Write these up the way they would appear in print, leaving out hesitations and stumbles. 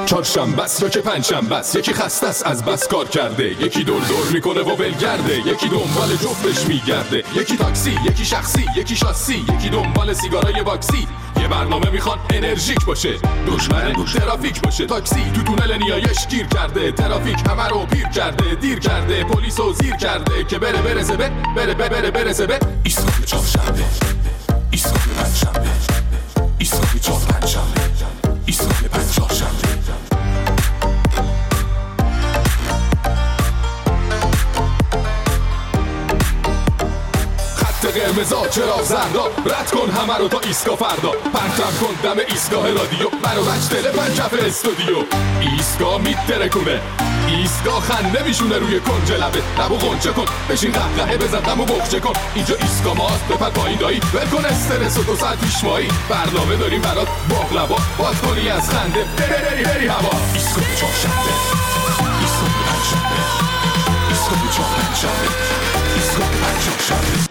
چهارشنبه است یا که پنجشنبه است، یکی خسته است از بس کار کرده، یکی دور دور میکنه و ولگرده، یکی دنبال جفتش میگرده، یکی تاکسی، یکی شخصی، یکی شاسی، یکی دنبال سیگارای باکسی. یه برنامه میخوان انرژیک باشه، دشمن ترافیک باشه. تاکسی تو تونل نیایش گیر کرده، ترافیک همه رو پیر کرده، دیر کرده، پلیسو زیر کرده که بره زبه، بره زبه. ایستگاه چهارشنبه، ایستگاه پنجشنبه، ایستگاه چهارشنبه، ایستگاه پنجشنبه. قرمزا چرا زردا، رد کن همه رو تا ایستگاه فردا. پرتم کن دم ایستگاه رادیو، منو بچ دل پنجف استودیو. ایستگاه میترکونه، ایستگاه خنده میشونه روی کنج لبه. لبو غنچه کن، بشین قهقهه بزن غمو بخچه کن. اینجا ایستگاه ماست، بپر پایین دایی، ول کن استرس و 2 ساعت پیش مایی. برنامه داریم برات باقلبا، باز کنی از خنده بری هوا. ایستگاه چهارشنبه، ایستگاه پنجشنبه، ایستگاه چهارشنبه، ایستگاه پنجشنبه.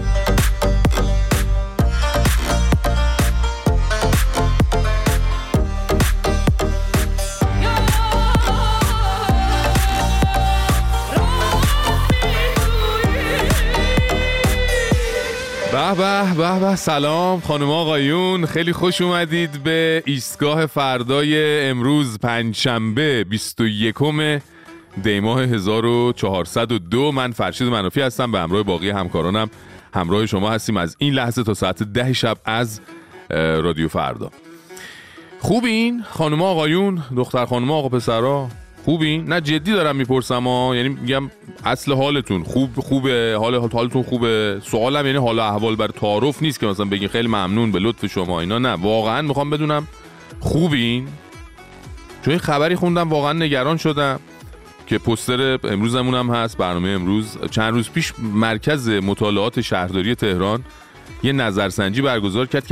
به به سلام خانم آقایون، خیلی خوش اومدید به ایستگاه فردای امروز پنجشنبه 21 دی ماه 1402. من فرشید منافی هستم، به همراه باقی همکارانم همراه شما هستیم از این لحظه تا ساعت 10 شب از رادیو فردا. خوبین خانم آقایون، دختر خانم آقا پسرا؟ خوبین؟ نه جدی دارم میپرسم یعنی میگم اصل حالتون خوبه، حالتون خوبه. سوالم یعنی حال احوال بر تعارف نیست که مثلا بگین خیلی ممنون به لطف شما اینا، نه واقعا میخوام بدونم خوبین. چون این خبری خوندم واقعا نگران شدم که پوستر امروزمون هم هست، برنامه امروز. چند روز پیش مرکز مطالعات شهرداری تهران یه نظرسنجی برگزار کرد که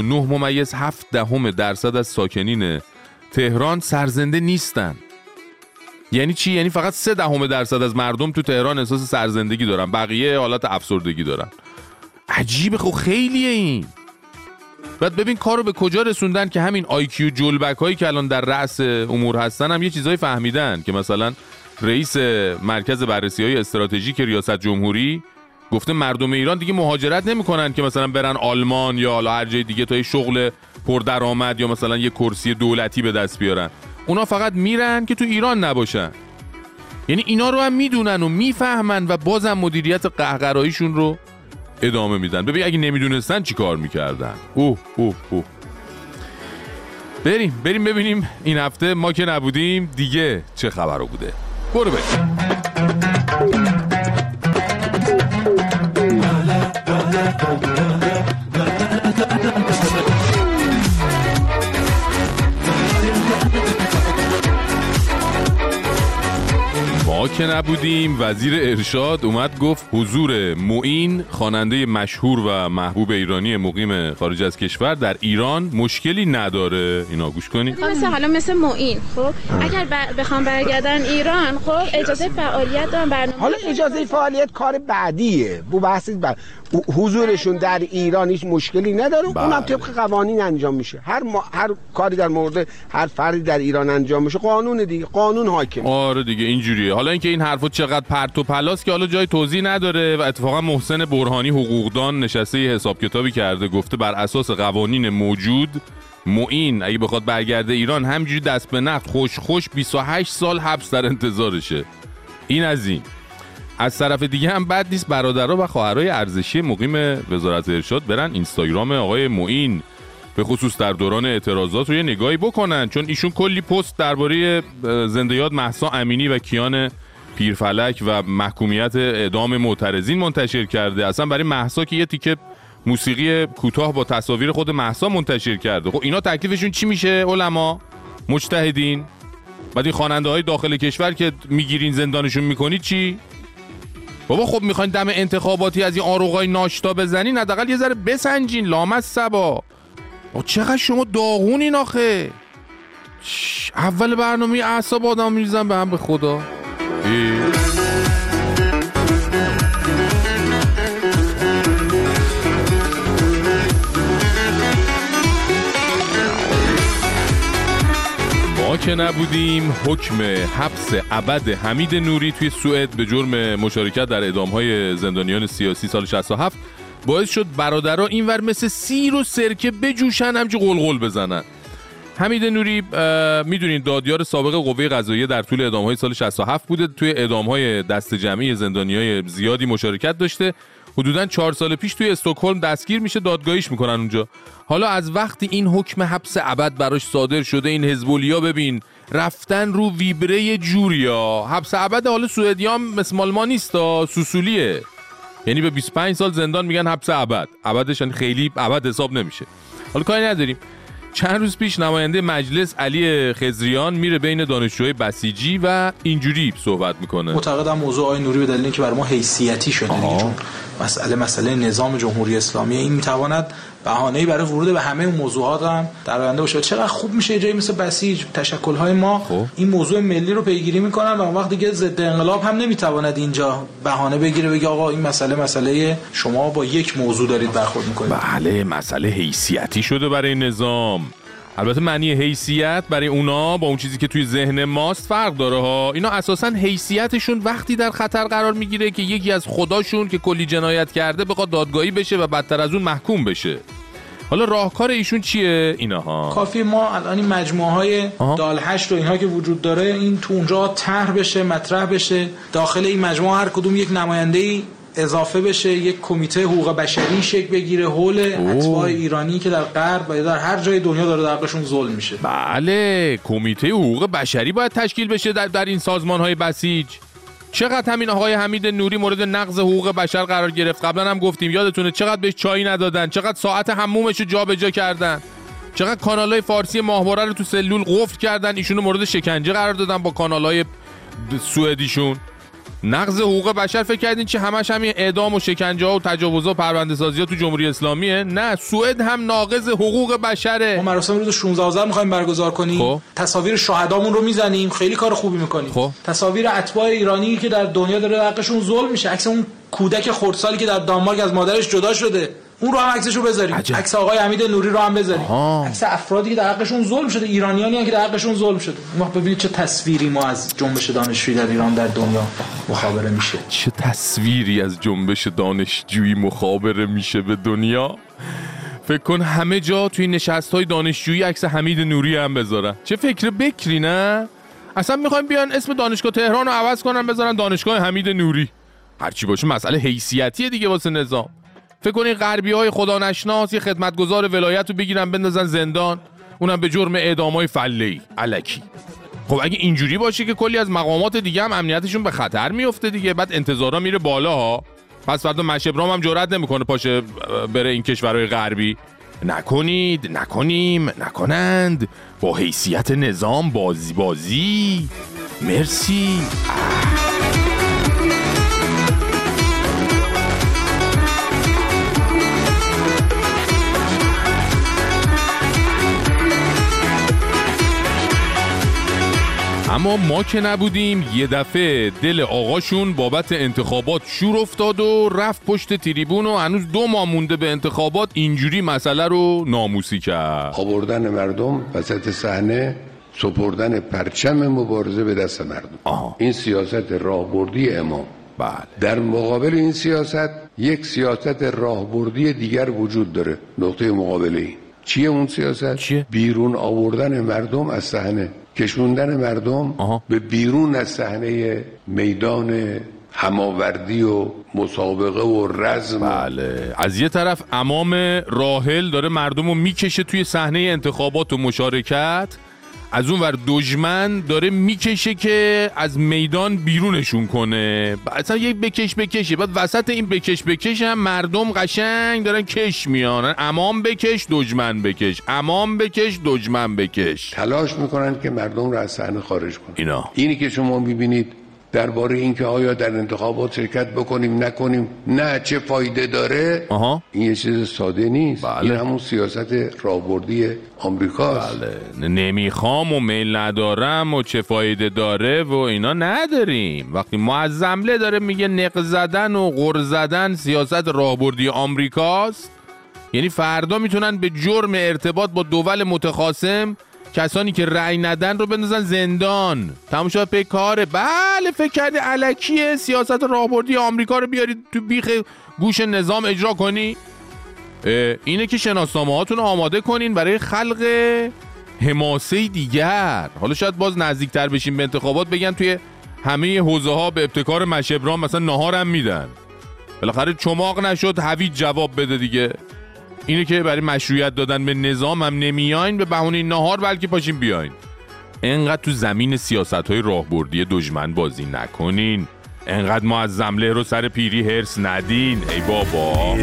99.7% از ساکنین تهران سرزنده نیستن. یعنی چی؟ یعنی فقط 0.3% از مردم تو تهران احساس سرزندگی دارن، بقیه حالت افسردگی دارن. عجیبه، خب خیلیه این. بعد ببین کارو به کجا رسوندن که همین آیکیو جلبک هایی که الان در رأس امور هستن هم یه چیزایی فهمیدن که مثلا رئیس مرکز بررسی های استراتژیک ریاست جمهوری گفته مردم ایران دیگه مهاجرت نمیکنن که مثلا برن آلمان یا حالا هر جای دیگه تا یه شغل پردرآمد یا مثلا یه کرسی دولتی به دست بیارن. اونا فقط میرن که تو ایران نباشن. یعنی اینا رو هم میدونن و میفهمن و بازم مدیریت قهقراییشون رو ادامه میدن. ببین اگه نمیدونستن چی کار میکردن. اوه. بریم ببینیم این هفته ما که نبودیم دیگه چه خبرو بوده. برو بریم. ما که نبودیم وزیر ارشاد اومد گفت حضور معین، خواننده مشهور و محبوب ایرانی مقیم خارج از کشور، در ایران مشکلی نداره. اینا گوش کنید. مثل معین خب اگر بخوام برگردن ایران خب اجازه فعالیت دارن، برنامه. حالا اجازه فعالیت کار بعدیه، بو بحث حضورشون در ایران هیچ مشکلی نداره. اونم طبق قوانین انجام میشه. هر کاری در مورد هر فردی در ایران انجام میشه قانون دیگه، قانون حاکم. آره دیگه اینجوریه. حالا اینکه این حرفو چقدر پرت و پلاس که حالا جای توضیح نداره. و اتفاقا محسن برهانی حقوقدان نشسته یه حساب کتابی کرده، گفته بر اساس قوانین موجود معین اگه بخواد برگرده ایران همینجوری دست به نقد خوش 28 سال حبس در انتظارشه. این از این. از طرف دیگه هم بد نیست برادرها و خواهرای ارزشی مقیم وزارت ارشاد برن اینستاگرام آقای معین به خصوص در دوران اعتراضات رو یه نگاهی بکنن، چون ایشون کلی پست درباره زنده یاد مهسا امینی و کیان پیرفلک و محکومیت اعدام معترضین منتشر کرده. اصلا برای مهسا که یه تیکه موسیقی کوتاه با تصاویر خود مهسا منتشر کرده. خب اینا تکلیفشون چی میشه علما مجتهدین؟ بعد این خواننده‌های داخل کشور که میگیرین زندانشون میکنید چی؟ بابا خب میخواین دم انتخاباتی از این آروغای ناشتا بزنین، حداقل یه ذره بسنجین. لامصبا چقدر شما داغونین آخه. اول برنامه اعصاب آدم میریزن به هم به خدا. ما که نبودیم حکم حبس ابد حمید نوری توی سوئد به جرم مشارکت در اعدام‌های زندانیان سیاسی سال 67 باعث شد برادرها اینور مثل سیر و سرکه بجوشن، همچه قلقل بزنن. حمید نوری میدونین دادیار سابق قوه قضاییه در طول اعدام‌های سال 67 بوده، توی اعدام‌های دست جمعی زندانیای زیادی مشارکت داشته. حدوداً 4 سال پیش توی استکهلم دستگیر میشه، دادگاهیش میکنن اونجا. حالا از وقتی این حکم حبس ابد براش صادر شده، این حزب‌الیا ببین رفتن رو ویبره جوریا. حبس ابد حالا سوئدیام مثل مال ما نیست، سوسولیه، یعنی به 25 سال زندان میگن حبس ابد. ابدش یعنی خیلی ابد حساب نمیشه. حالا کاری نداریم. چند روز پیش نماینده مجلس علی خضریان میره بین دانشجوهای بسیجی و اینجوری صحبت میکنه. معتقدم موضوع آقای نوری به دلیل اینکه برای ما حیثیتی شده دیگه، چون مسئله نظام جمهوری اسلامی این میتواند بهانه‌ای برای ورود به همه اون موضوعات هم در آینده باشه. چقدر خوب میشه جایی مثل بسیج تشکل‌های ما این موضوع ملی رو پیگیری میکنن و اون وقت دیگه ضد انقلاب هم نمیتواند اینجا بهانه بگیره بگه آقا این مسئله شما با یک موضوع دارید برخورد میکنید. بله، مسئله حیثیتی شده برای نظام. البته معنی حیثیت برای اونا با اون چیزی که توی ذهن ماست فرق داره ها. اینا اساساً حیثیتشون وقتی در خطر قرار میگیره که یکی از خداشون که کلی جنایت کرده بخواد دادگاهی بشه و بدتر از اون محکوم بشه. حالا راهکار ایشون چیه؟ اینها کافی ما الان این مجموعه‌های دالهشت و اینها که وجود داره این تو اونجا طرح بشه، مطرح بشه، داخل این مجموعه هر کدوم یک نماینده‌ای اضافه بشه، یک کمیته حقوق بشری شکل بگیره حول اتباع ایرانی که در غرب و در هر جای دنیا داره در حقشون ظلم میشه. بله، کمیته حقوق بشری باید تشکیل بشه در این سازمان‌های بسیج. چقدر همین آقای حمید نوری مورد نقض حقوق بشر قرار گرفت. قبلا هم گفتیم، یادتونه چقدر بهش چای ندادن، چقدر ساعت حمومش رو جابجا کردن، چقدر کانال‌های فارسی ماهواره رو تو سلول قفل کردن، ایشونو مورد شکنجه قرار دادن با کانال‌های سوئدیشون. نقض حقوق بشر فکر کردین چه همش همین اعدام و شکنجه ها و تجاوزها و پرونده‌سازی ها تو جمهوری اسلامیه؟ نه، سوئد هم ناقض حقوق بشره. ما مراسم روز 16 آذر می‌خوایم برگزار کنیم. تصاویر شهدامون رو میزنیم، خیلی کار خوبی می‌کنیم. تصاویر اتباع ایرانی که در دنیا داره حقشون ظلم میشه، عکس اون کودک خردسالی که در دانمارک از مادرش جدا شده، اون رو هم عکسشو بذاریم. عکس آقای حمید نوری رو هم بذاریم. عکس افرادی که در حقشون ظلم شده، ایرانیانی که در حقشون ظلم شده. ما ببینید چه تصویری ما از جنبش دانشجویی در ایران در دنیا مخابره میشه. چه تصویری از جنبش دانشجویی مخابره میشه به دنیا. فکر کن همه جا توی نشست‌های دانشجویی عکس حمید نوری هم بذارن. چه فکر بکری نه؟ اصلا میخوایم بیان اسم دانشگاه تهران رو عوض کنن بذارن دانشگاه حمید نوری. هرچی باشه مسئله حیثیتیه دیگه واسه نظام. فکر کنین غربی‌های خدا نشناس یه خدمتگزار ولایت رو بگیرن بندازن زندان، اونم به جرم اعدام‌های فله‌ای الکی. خب اگه اینجوری باشه که کلی از مقامات دیگه هم امنیتشون به خطر میفته دیگه، بعد انتظارا میره بالا ها. پس فردا مشبرام هم جرئت نمیکنه پاشه بره این کشورهای غربی. نکنند با حیثیت نظام بازی. مرسی. اما ما که نبودیم یه دفعه دل آقاشون بابت انتخابات شور افتاد و رفت پشت تریبون و هنوز 2 ماه مونده به انتخابات اینجوری مسئله رو ناموسی کرد. آوردن مردم وسط صحنه، سپردن پرچم مبارزه به دست مردم. این سیاست راهبردی امام. بله. در مقابل این سیاست یک سیاست راهبردی دیگر وجود داره. نقطه مقابله چیه اون سیاست؟ چیه؟ بیرون آوردن مردم از صحنه، کشوندن مردم به بیرون از صحنه میدان هماوردی و مسابقه و رزم. بله. از یه طرف امام راحل داره مردم رو میکشه توی صحنه انتخابات و مشارکت، از اون ور دشمن داره میکشه که از میدان بیرونشون کنه. اصلا یک بکشه، بعد وسط این بکش هم مردم قشنگ دارن کش میانن. امام بکش دشمن بکش، امام بکش دشمن بکش، تلاش میکنن که مردم رو از صحنه خارج کنن. اینی که شما میبینید درباره این که آیا در انتخابات شرکت بکنیم نکنیم، نه چه فایده داره، این یه چیز ساده نیست. بله. این همون سیاست راهبردی آمریکاست. بله. نمیخوام و میل ندارم و چه فایده داره و اینا نداریم. وقتی معظمله داره میگه نق زدن و غر زدن سیاست راهبردی آمریکاست، یعنی فردا میتونن به جرم ارتباط با دول متخاصم کسانی که رأی ندن رو بندازن زندان. تموم شد پی کاره. بله فکر کردی الکیه سیاست راهبردی آمریکا رو بیارید تو بیخ گوش نظام اجرا کنی؟ اینه که شناسنامه هاتون رو آماده کنین برای خلق حماسه دیگر. حالا شاید باز نزدیکتر بشین به انتخابات بگن توی همه حوزه ها به ابتکار مشبران مثلا ناهارم میدن. بالاخره چماق نشد هویج جواب بده دیگه. اینه که برای مشروعیت دادن به نظام هم نمیاین به بهونه ناهار، بلکه پاشین بیاین. انقدر تو زمین سیاست‌های راهبردی دشمن بازی نکنین. انقدر معظم له رو سر پیری هرس ندین. ای بابا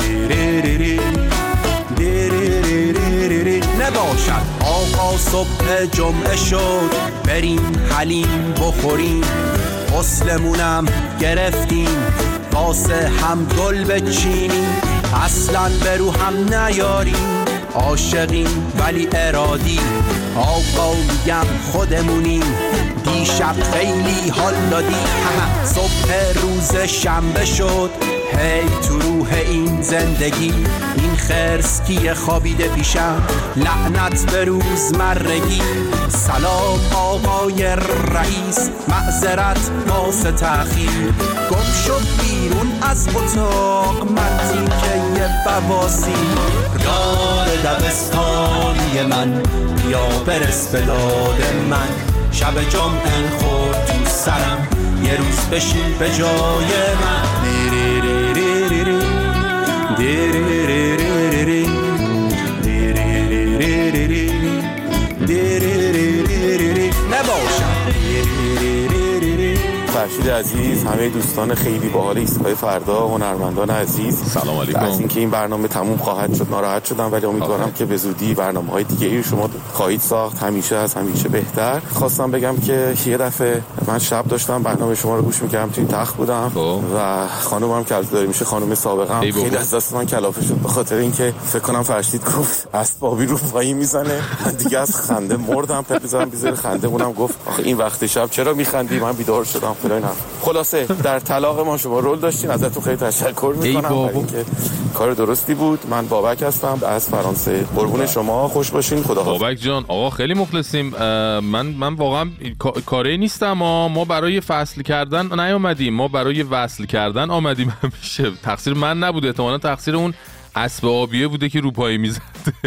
نباشد آقا صبح جمعه شد بریم حلیم بخوریم، غسلمونم گرفتیم واسه هم گل بچینیم، اصلا به رو هم نیاریم عاشقیم ولی ارادی، آقا میگم خودمونیم دیشب خیلی حال دادی. صبح روز شنبه شد هی تو روح این زندگی، این خرس کیه خوابیده پیشم لعنت به روزمرگی. سلام آقای رئیس معذرت واسه تأخیر، گم شد بیرون از اتاق من تیکه بواسیر. یار دبستانی من بیا برس به داد من، شب جمعه خورد تو سرم یه روز بشین به جای من. فرشید عزیز، همه دوستان خیلی باحال ایستگاه فردا، هنرمندان عزیز، سلام علیکم. از اینکه این برنامه تموم خواهد شد ناراحت شدم، ولی امیدوارم که به زودی برنامه‌های دیگه‌ای شما خواهید ساخت، همیشه از همیشه بهتر. خواستم بگم که یه دفعه من شب داشتم برنامه شما رو گوش می‌کردم، توی تخت بودم و خانومم که داره میشه خانم سابقم خیلی از دست من کلافه شد، به خاطر اینکه فکر کنم فرشید گفت اسبابی رو پایی میزنه. من دیگه از خنده مردم، پپیزم بیزار خنده مونم. گفت آخه این وقت شب چرا میخندی؟ من بیدار شدم. خلاصه در طلاق ما شما رول داشتین، ازتون خیلی تشکر میکنم، اینکه کار درستی بود. من بابک هستم از فرانسه. قربون شما، خوش باشین. خدا حافظ. بابک جان آقا خیلی مخلصیم. من واقعا کاری نیستم، ما برای فصل کردن نیومدیم، ما برای وصل کردن آمدیم. همیشه تقصیر من نبوده، احتمالاً تقصیر اون اسب آبیه بوده که رو پای میزده.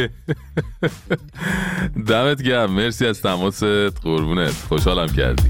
دمت گرم، مرسی از تماست، قربونت، خوشحالم کردی.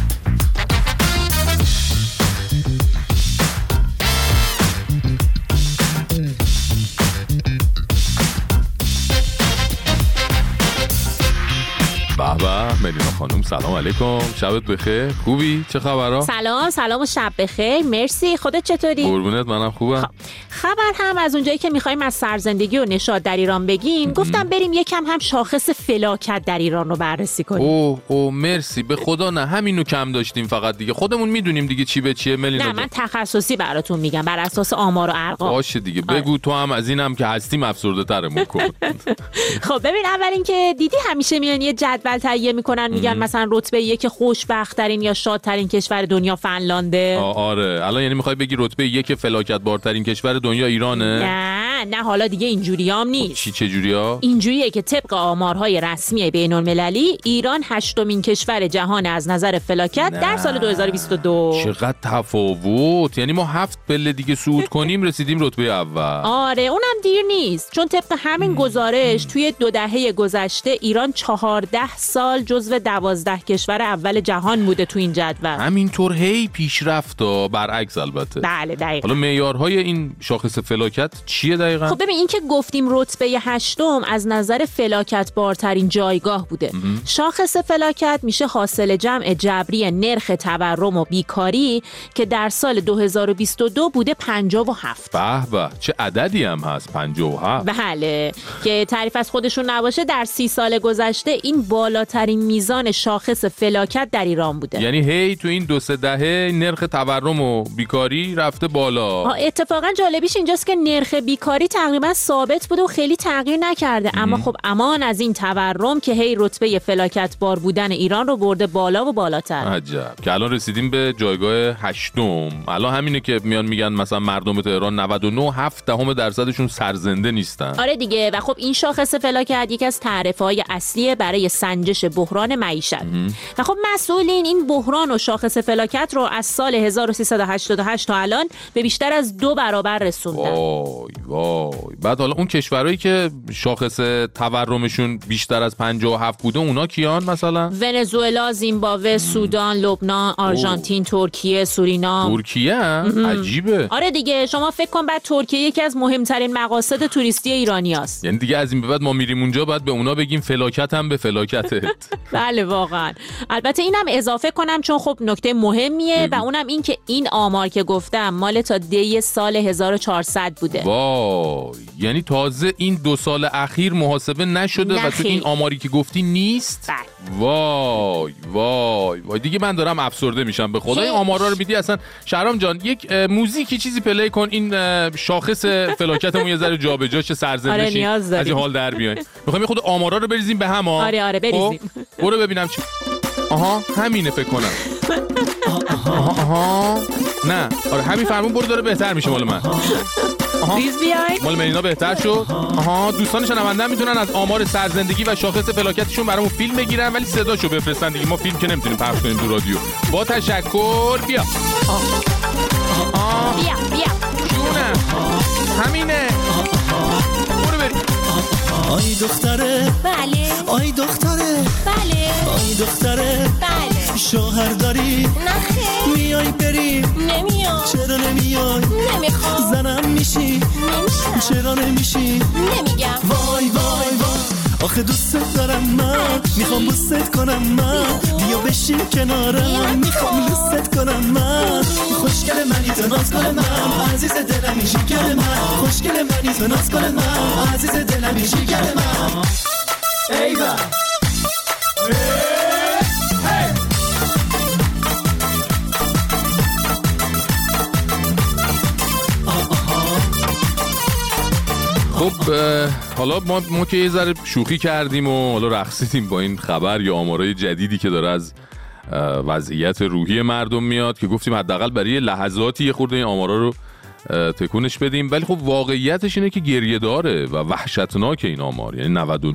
بابا ملینا خانم سلام علیکم، شبت بخیر، خوبی؟ چه خبرها؟ سلام و شب بخیر، مرسی. خودت چطوری؟ قربونت، منم خوبم. خبر هم از اونجایی که میخوایم از سرزندگی و نشاط در ایران بگیم، گفتم بریم یکم هم شاخص فلاکت در ایران رو بررسی کنیم. اوه مرسی، به خدا نه، همینو کم داشتیم فقط دیگه، خودمون میدونیم دیگه چی به چیه. ملینا نه من تخصصی براتون میگم بر اساس آمار و ارقام. باشه دیگه بگو، تو هم از اینم که هستیم افسرده ترمون کن. خب ببین، اول اینکه دیدی همیشه میان یه جدول تهیه میکنن میگن مثلا رتبه 1 خوشبخت ترین یا شادترین کشور دنیا فنلانده. آره الان یعنی میخوای بگی رتبه 1 فلاکت بارترین کشور دنیا ایرانه؟ نه حالا دیگه اینجوریام نیست. چه جوریا؟ اینجوریه که طبق آمارهای رسمی بین‌المللی ایران 8مین کشور جهان از نظر فلاکت در سال 2022. چقدر تفاوت، یعنی ما 7 پله دیگه صعود کنیم رسیدیم رتبه اول. آره اونم دیر نیست، چون طبق همین گزارش توی 2 دهه گذشته ایران 14 سال جزو 12 کشور اول جهان بوده تو این جدول. همینطور هی پیشرفت، برعکس البته. بله دقیقاً. حالا معیارهای این شاخص فلاکت چیه دقیقاً؟ خب ببین، این که گفتیم رتبه 8 از نظر فلاکت بارترین جایگاه بوده. شاخص فلاکت میشه حاصل جمع جبری نرخ تورم و بیکاری که در سال 2022 بوده 57. به چه عددی هم هست 57. بله، که تعریف از خودشون نباشه در 30 سال گذشته این بالاترین میزان شاخص فلاکت در ایران بوده. یعنی هی تو این 2-3 دهه نرخ تورم و بیکاری رفته بالا. اتفاقا جالبیش اینجاست که نرخ بیکاری بیکاری تقریبا ثابت بوده و خیلی تغییر نکرده. اما خب امان از این تورم که هی رتبه فلاکت بار بودن ایران رو برده بالا و بالاتر. عجب. که الان رسیدیم به جایگاه 8م. الان همینه که میان میگن مثلا مردم تهران 99.7% سرزنده نیستن. آره دیگه. و خب این شاخص فلاکت یکی از تعرفه‌های اصلیه برای سنجش بحران معیشت. و خب مسئولین این بحران و شاخص فلاکت رو از سال 1388 تا الان به بیشتر از 2 برابر رسوندن. وای. بعد حالا اون کشورهایی که شاخص تورمشون بیشتر از 57 بوده اونا کیان؟ مثلا ونزوئلا، زیمبابوه، سودان، لبنان، آرژانتین، ترکیه، سورینام. ترکیه؟ عجیبه. آره دیگه. شما فکر کن بعد ترکیه یکی از مهمترین مقاصد توریستی ایرانیاست. یعنی دیگه از این به بعد ما میریم اونجا باید به اونا بگیم فلاکت هم به فلاکتت. بله واقعا. البته اینم اضافه کنم چون خب نکته مهمیه و اونم این که این آمار که گفتم مال تا دی سال 1400 بوده. وای. یعنی تازه این 2 سال اخیر محاسبه نشده و تو این آماری که گفتی نیست؟ وای دیگه من دارم افسرده میشم به خدا. این آمارا رو میدی اصلا. شهرام جان یک موزیکی چیزی پلی کن این شاخص فلاکتمون یه ذره جابجا شه، سرزنده شیم، از این حال در بیایم. میخوایم یه خود آمارا رو بریزیم به هم. آره بریزیم. برو ببینم چی. آها همینه فکر کنم. آها نه آره همین فرمون برو داره بهتر میشه مال من. ریز بیای. مال ملینا بهتر شد. آها دوستان شنونده میتونن از آمار سرزندگی و شاخص فلاکتشون برامون فیلم بگیرن ولی صداشو بفرستن دیگه. ما فیلم که نمیتونیم پخش کنیم تو رادیو. با تشکر. بیا جونه همینه. برو بریم. آی دختره بله. آی دختره بله. آی دختره بله. شوهر داری؟ نخیر. میای بریم؟ نمیام. چرا نمیای؟ نمیخوام. زنم میشی؟ نمیشم. چرا نمیشی؟ نمیگم. وای آخه دوست دارم من، میخوام بوست کنم من، بیا بشین کنارم، میخوام لوست کنم من. خوشگل منی تو ناز کن من، عزیز دلم شکر من، خوشگل منی تو ناز کن من، عزیز دلم شکر من. ایوان خب حالا ما که یه ذره شوخی کردیم و حالا رقصیدیم با این خبر یا آمارای جدیدی که داره از وضعیت روحی مردم میاد که گفتیم حداقل برای لحظاتی یه خورده این آمارا رو تکونش بدیم، ولی خب واقعیتش اینه که گریه داره و وحشتناک این آمار. یعنی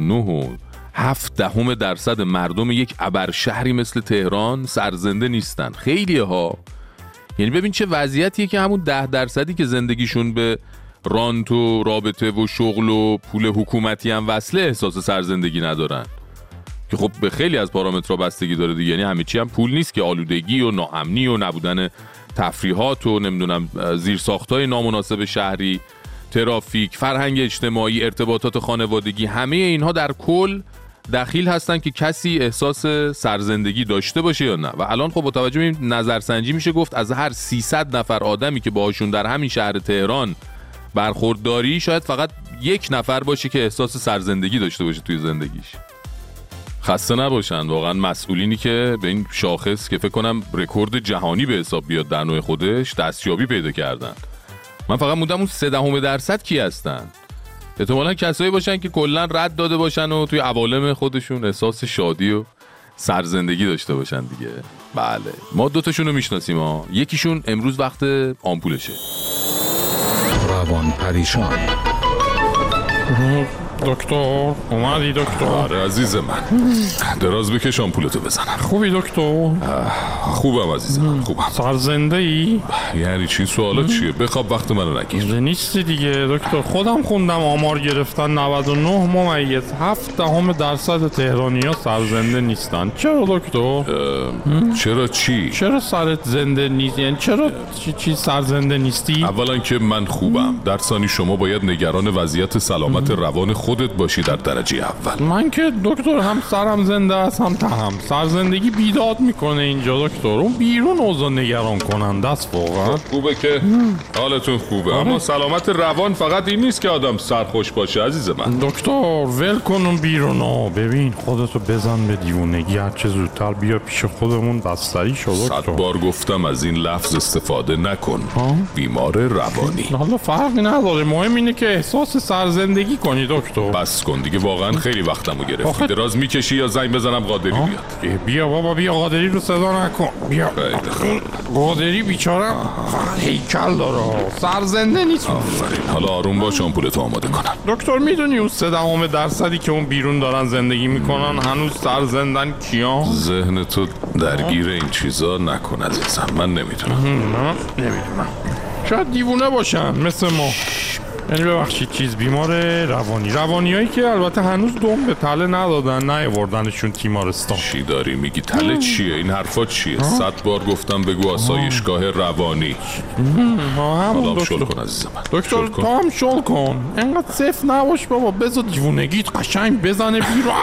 99.7% مردم یک ابرشهری مثل تهران سرزنده نیستن. خیلی ها. یعنی ببین چه وضعیتیه که همون 10% که زندگیشون به رانت و رابطه و شغل و پول حکومتی هم وصله احساس سرزندگی ندارن که خب به خیلی از پارامترها بستگی داره دیگه. یعنی همه چی هم پول نیست که، آلودگی و ناامنی و نبودن تفریحات و نمیدونم زیرساختای نامناسب شهری، ترافیک، فرهنگ اجتماعی، ارتباطات خانوادگی، همه اینها در کل دخیل هستن که کسی احساس سرزندگی داشته باشه یا نه. و الان خب با توجه به این نظرسنجی میشه گفت از هر 300 نفر آدمی که باهاشون در همین شهر تهران برخورداری شاید فقط 1 نفر باشه که احساس سرزندگی داشته باشه توی زندگیش. خسته نباشن واقعا مسئولینی که به این شاخص که فکر کنم رکورد جهانی به حساب بیاد در نوع خودش دستیابی پیدا کردن. من فقط موندم اون 0.3% کی هستن. احتمالاً کسایی باشن که کلا رد داده باشن و توی عوالم خودشون احساس شادی و سرزندگی داشته باشن دیگه. بله ما 2 تاشون رو میشناسیم ها. یکیشون امروز وقت آمپولشه. روان پریشان. دکتر اومدی دکتر؟ آره عزیز من، دراز بکش آمپولتو بزنم. خوبی دکتر؟ خوبم عزیزم خوبم. سرزنده ای؟ یعنی چی سوالات چیه؟ بخواب وقت منو نگیر. نیستی دیگه دکتر. خودم خوندم آمار گرفتن 99.7% تهرانی‌ها سرزنده نیستن. چرا دکتر؟ چرا چی؟ چرا سرت زنده نیست؟ یعنی چرا چی سرزنده نیستی؟ اولا که من خوبم، در ثانی شما باید نگران وضعیت سلامت روان خودت باشی در درجه اول. من که دکتر هم سرم زنده است هم تهم. سرزندگی بیداد میکنه اینجا دکتر. اون بیرون اوضاع نگران کننده است واقعا. خوبه که حالتون خوبه، اما سلامت روان فقط این نیست که آدم سرخوش باشه عزیز من. دکتر ول کن اون بیرونو. ببین خودتو بزن به دیوونگی، هر چه زودتر بیا پیش خودمون بستری شو دکتر. 100 بار گفتم از این لفظ استفاده نکن. بیمار روانی. حالا فرقی نداره، مهم اینه که احساس سرزندگی کنی دکتر. بس کن دیگه، واقعا خیلی وقتمو گرفتی. دراز میکشی یا زنگ بزنم قادری بیاد؟ بیا بابا بیا، قادری رو صدا نکن. بیا قادری بیچاره هیکل داره، سرزنده نیست. آفرین، حالا آروم باش، آمپولتو آماده کنم. دکتر میدونی اون 3% که اون بیرون دارن زندگی میکنن هنوز سرزندن کیان؟ ذهن تو درگیر این چیزا نکن عزیزم، من نمیدونم. نمیدونم، شاید دیوونه باشن مثل ما. یعنی ببخشید چیز بیمار روانی هایی که البته هنوز دم به تله ندادن، نیاوردنشون تیمارستان. چی داری میگی؟ تله چیه؟ این حرفا چیه؟ 100 بار گفتم بگو آسایشگاه روانی. حالا شل کن عزیزم. دکتر تو هم شل کن، انقدر صف نباش بابا، بذار دیوونگیت قشنگ بزنه بیرون.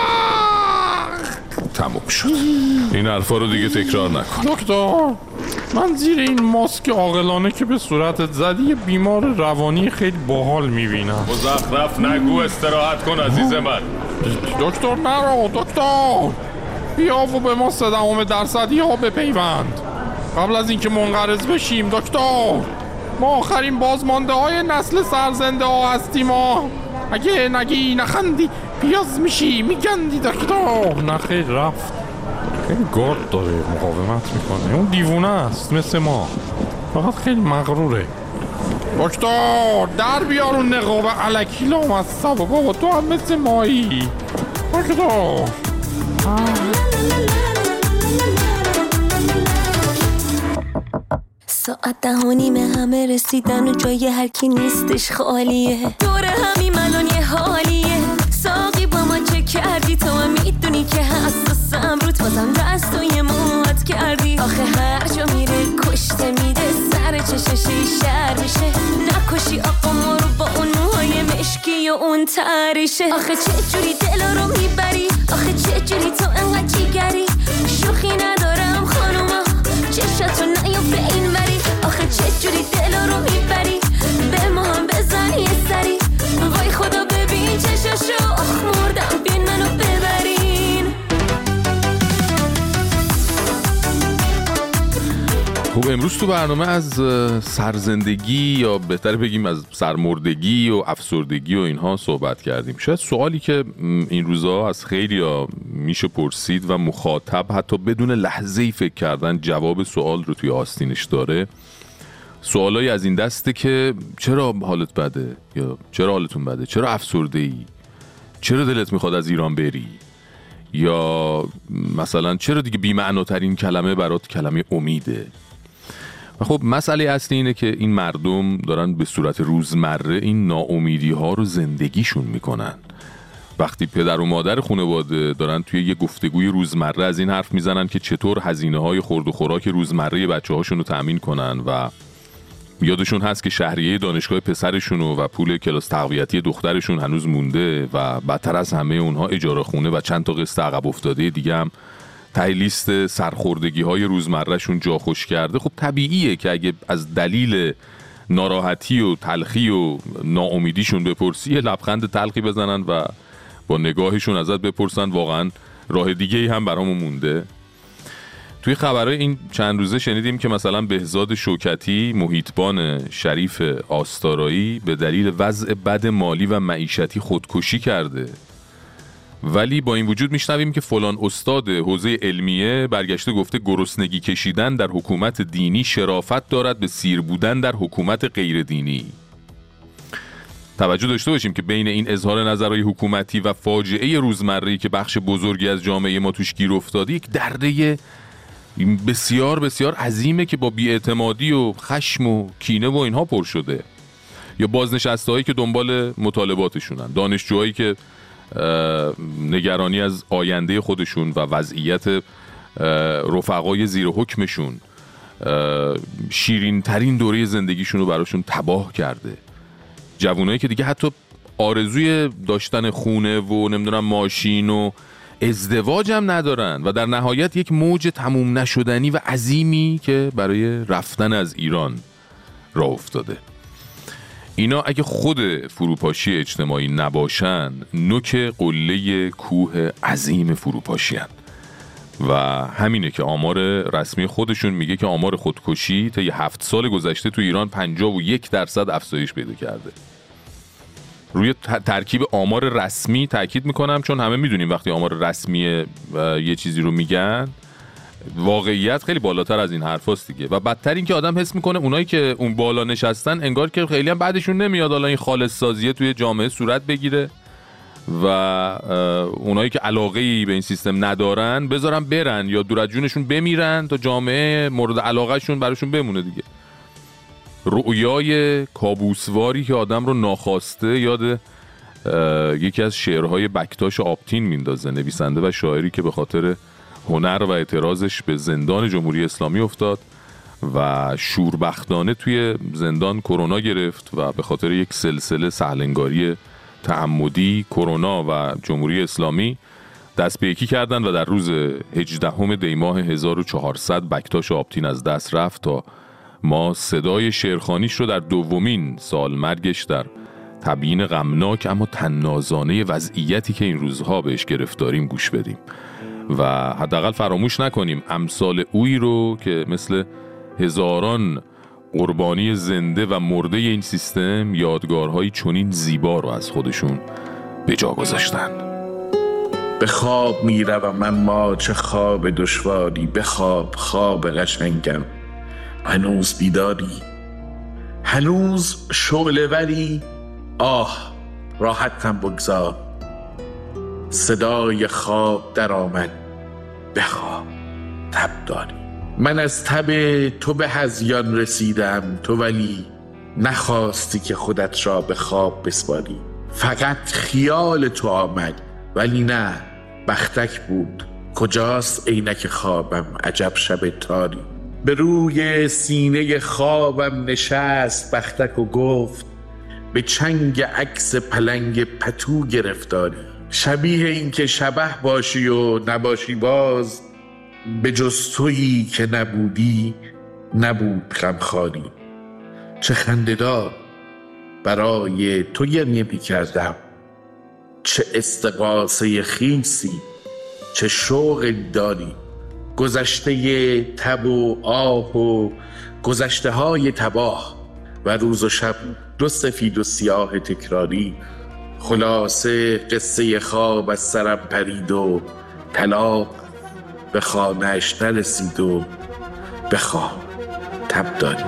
تموم شد، این حرفا رو دیگه تکرار نکن. دکتر من زیر این ماسک عاقلانه که به صورتت زدی یه بیمار روانی خیلی باحال میبینم. مزخرف نگو، استراحت کن عزیز من. دکتر نرو دکتر، بیا و به ما 3% ها بپیوند قبل از اینکه منقرض بشیم. دکتر ما آخرین بازمانده های نسل سرزنده ها هستیم. اگه نگی نخندی پیاز میشی میگندی. دکتر نخیر رفت، خیلی گارد داره، مقاومت میکنه. اون دیوونه است مثل ما، فقط خیلی مغروره. دکتر در بیار اون نقاب علکی لامصب. بابا تو هم مثل مایی. دکتر ساعت 10:30 همه رسیدن و جای هر کی نیستش خالیه. دور همین الان یه حالیه. ساقی با ما چه کردی؟ تو هم میدونی که حساسم روت، بازم دستوی موهات کردی. آخه هر جا میره کشته میده، سر چششی شر میشه. نکشی آقا ما رو با اون موهای مشکی و اون تریشه. آخه چه جوری دلا رو میبری؟ آخه چه جوری تو انقدر جیگری؟ شوخی ندارم خانوما، چشاتو نیافته این وری. آخه چه جوری دلا رو میبری؟ به ما هم بزن یه سری. وای خدا ببین چشاشو، آخ مردم بین منو ببرین. خب امروز تو برنامه از سرزندگی یا بهتر بگیم از سرمردگی و افسردگی و اینها صحبت کردیم. شاید سوالی که این روزها از خیلی میشه پرسید و مخاطب حتی بدون لحظه‌ای فکر کردن جواب سوال رو توی آستینش داره، سوالایی از این دسته که چرا حالت بده، یا چرا حالتون بده، چرا افسرده ای، چرا دلت میخواد از ایران بری، یا مثلا چرا دیگه بی‌معناترین کلمه برات کلمه امیده. و خب مسئله اصلی اینه که این مردم دارن به صورت روزمره این ناامیدی ها رو زندگیشون میکنن. وقتی پدر و مادر خانواده دارن توی یه گفتگوی روزمره از این حرف میزنن که چطور هزینه های خورد و خوراک روزمره بچه هاشون رو تأمین کنن و یادشون هست که شهریه دانشگاه پسرشون و پول کلاس تقویتی دخترشون هنوز مونده و بدتر از همه اونها اجاره خونه و چند تا قسط عقب افتاده دیگه هم ته لیست سرخوردگی های روزمرهشون جا خوش کرده. خب طبیعیه که اگه از دلیل ناراحتی و تلخی و ناامیدیشون بپرسی لبخند تلخی بزنن و با نگاهشون ازت بپرسن واقعا راه دیگه ای هم برامون مونده. توی خبرهای این چند روزه شنیدیم که مثلا بهزاد شوکتی محیطبان شریف آستارایی به دلیل وضع بد مالی و معیشتی خودکشی کرده، ولی با این وجود میشنویم که فلان استاد حوزه علمیه برگشته گفته گرسنگی کشیدن در حکومت دینی شرافت دارد به سیر بودن در حکومت غیر دینی. توجه داشته باشیم که بین این اظهار نظرهای حکومتی و فاجعه روزمره‌ای که بخش بزرگی از جامعه ما توش گیر افتاده یک درده بسیار بسیار عظیمه که با بی‌اعتمادی و خشم و کینه و اینها پر شده. یا بازنشسته‌هایی که دنبال مطالباتشونن، دانشجوهایی که نگرانی از آینده خودشون و وضعیت رفقای زیر حکمشون شیرین ترین دوره زندگیشون رو براشون تباه کرده. جوانایی که دیگه حتی آرزوی داشتن خونه و نمیدونم ماشین و ازدواج هم ندارن و در نهایت یک موج تموم نشدنی و عظیمی که برای رفتن از ایران راه افتاده. اینا اگه خود فروپاشی اجتماعی نباشن نوک قله کوه عظیم فروپاشی هن. و همینه که آمار رسمی خودشون میگه که آمار خودکشی تا 7 سال گذشته تو ایران 51% افزایش پیدا کرده. روی ترکیب آمار رسمی تاکید میکنم، چون همه میدونیم وقتی آمار رسمی یه چیزی رو میگن واقعیت خیلی بالاتر از این حرفاست دیگه. و بدتر این که آدم حس میکنه اونایی که اون بالا نشستن انگار که خیلی هم بعدشون نمیاد حالا این خالص سازیه توی جامعه صورت بگیره و اونایی که علاقه‌ای به این سیستم ندارن بذارن برن یا دور از جونشون بمیرن تا جامعه مورد علاقهشون براشون بمونه دیگه. رؤیای کابوسواری که آدم رو ناخواسته یاد یکی از شعرهای بکتاش آبتین میندازه، نویسنده و شاعری که به خاطر هنر و اعتراضش به زندان جمهوری اسلامی افتاد و شوربختانه توی زندان کرونا گرفت و به خاطر یک سلسله سهلنگاری تعمدی کرونا و جمهوری اسلامی دست به یکی کردن و در روز 18 دی ماه 1400 بکتاش آبتین از دست رفت تا ما صدای شعرخوانیش رو در دومین سال مرگش در تبیین غمناک اما طنازانه وضعیتی که این روزها بهش گرفتاریم گوش بدیم و حداقل فراموش نکنیم امثال اویی رو که مثل هزاران قربانی زنده و مرده این سیستم یادگارهایی چنین زیبا رو از خودشون به جا گذاشتن. به خواب میروم اما چه خواب دشواری، بخواب خواب قشنگم هنوز بیداری، هنوز شعله وری آه راحتم بگذار، صدای خواب در آمد بخواب تب داری. من از تب تو به هذیان رسیدم، تو ولی نخواستی که خودت را به خواب بسپاری. فقط خیال تو آمد ولی نه بختک بود، کجاست عینک خوابم عجب شب تاری. به روی سینه خوابم نشست بختک و گفت به چنگ عکس پلنگ پتو گرفتاری. شبیه این که شبح باشی و نباشی باز، به جز تویی که نبودی نبود غمخواری. چه خنده‌دار برای تو گریه می‌کردم، چه استغاثه خیسی، چه شوق داری. گذشته تب و آه و گذشته های تباه و روز و شب دو سفید و سیاه تکراری. خلاصه قصه خواب از سرم پرید و طلاق به خانه‌اش نرسید و بخواب تب داری.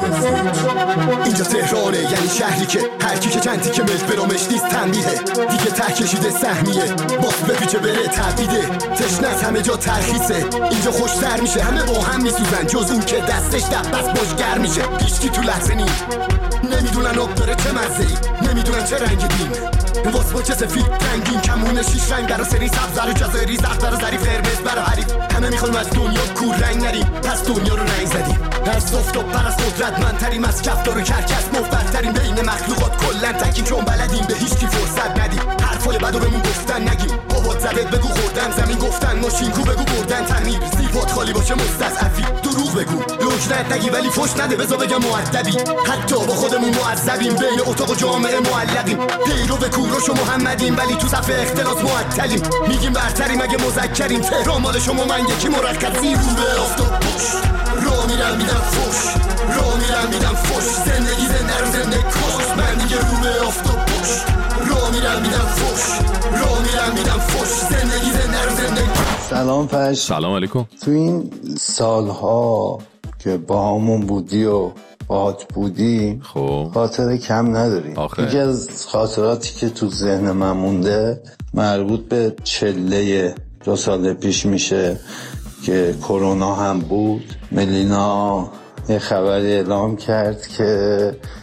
اینجا تهرانه، یعنی شهری که هر کی که چندی که ملک برامش نیست تنبیه، دیگه ته کشیده سهمیه باز بپیچه بره تبیده، تشنه همه جا ترخیصه، اینجا خوشتر میشه همه با هم میسوزن جز اون که دستش دبست باشگر میشه. هیچکی تو لحظه نیم نمیدونن آب داره چه مزه‌ای، نمیدونن چه رنگ دین واس با چه سفید رنگین، کمونه 6 رنگ برا سری سبز رو جزایری زرد برا ظریف قرمز برا حریف. همه میخوایم از دنیا کور رنگ نریم پس دنیا رو رنگ زدیم. هر صفت و پر از قدرتمندتریم از کفتار و کرکس، مفبرتریم بین مخلوقات کلن تکیم چون بلدیم به هیچ کی فرصت ندیم. حرفای بدو بهمون گفتن نگیم، آباد زدت بگو خوردن زمین گفتن ماشین کو بگو بردن تمیر، زیپات خالی باشه مستضعفی، دروغ بگو لوجنت نگی ولی فوش نده بذار بگم مؤدبی، حتی با خودمون معذبیم بین اتاق و جامعه معلقیم، پیرو به کوروش و محمدیم ولی تو صف اختلاس معطلیم، میگیم برتریم اگه مذکریم، تهران مال شما من یکی مرکزی. رو به آفتاب پشت را میرم میدم فوش، را میرم میدم فوش، زندگی زنده رو زنده کش، من دیگه رو به آفتاب پشت را میرم میدم فوش، را میرم میدم فوش، زندگی زنده رو زنده کش. سلام پش. سلام علیکم. تو این سالها که با همون بودی و باهات بودی خب خاطره کم نداری. یکی از خاطراتی که تو ذهن من مونده مربوط به چله 2 سال پیش میشه که کرونا هم بود. ملینا یه خبری اعلام کرد که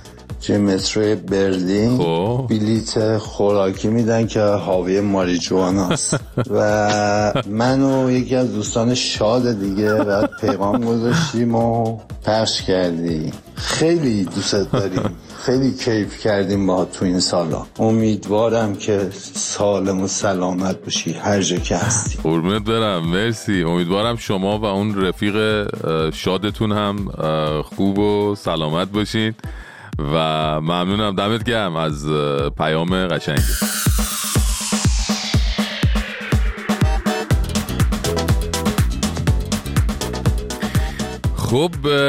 مترو برلین بلیت خوراکی میدن که حاوی ماریجواناست و من و یکی از دوستان شاد دیگه بعد پیغام گذاشتیم و پخش کردیم. خیلی دوست داریم، خیلی کیف کردیم با تو این سالا. امیدوارم که سالم و سلامت باشی هر جا که هستی. قربونت برم، مرسی. امیدوارم شما و اون رفیق شادتون هم خوب و سلامت باشین و ممنونم، دمت گرم از پیام قشنگت. خب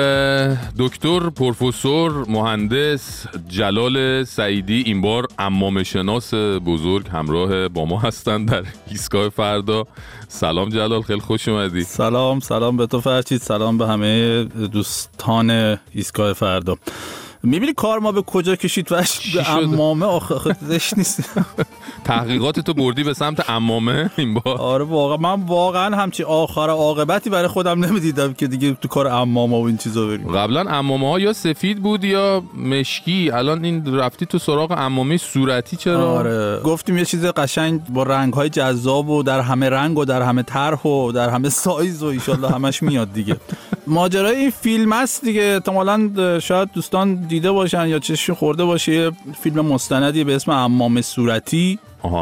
دکتر پروفسور مهندس جلال سعیدی این بار عمامه شناس بزرگ همراه با ما هستن در ایستگاه فردا. سلام جلال، خیلی خوش اومدی. سلام به تو فرشید، سلام به همه دوستان ایستگاه فردا. میبینی کار ما به کجا کشید و به عمامه آخه زشت نیست. تحقیقات تو بردی به سمت عمامه این بار. آره واقعا من واقعا همچی آخر عاقبتی برای خودم نمیدیدم که دیگه تو کار عمامه و این چیزا بریم. قبلا عمامه ها یا سفید بود یا مشکی، الان این رفتی تو سراغ عمامه صورتی چرا؟ آره گفتیم یه چیز قشنگ با رنگ های جذاب و در همه رنگ و در همه طرح و در همه سایز و ان شاءالله همش میاد دیگه. ماجرای این فیلم است دیگه، احتمالاً شاید دوستان دیده باشن یا چشم خورده باشه. فیلم مستندی به اسم عمامه صورتی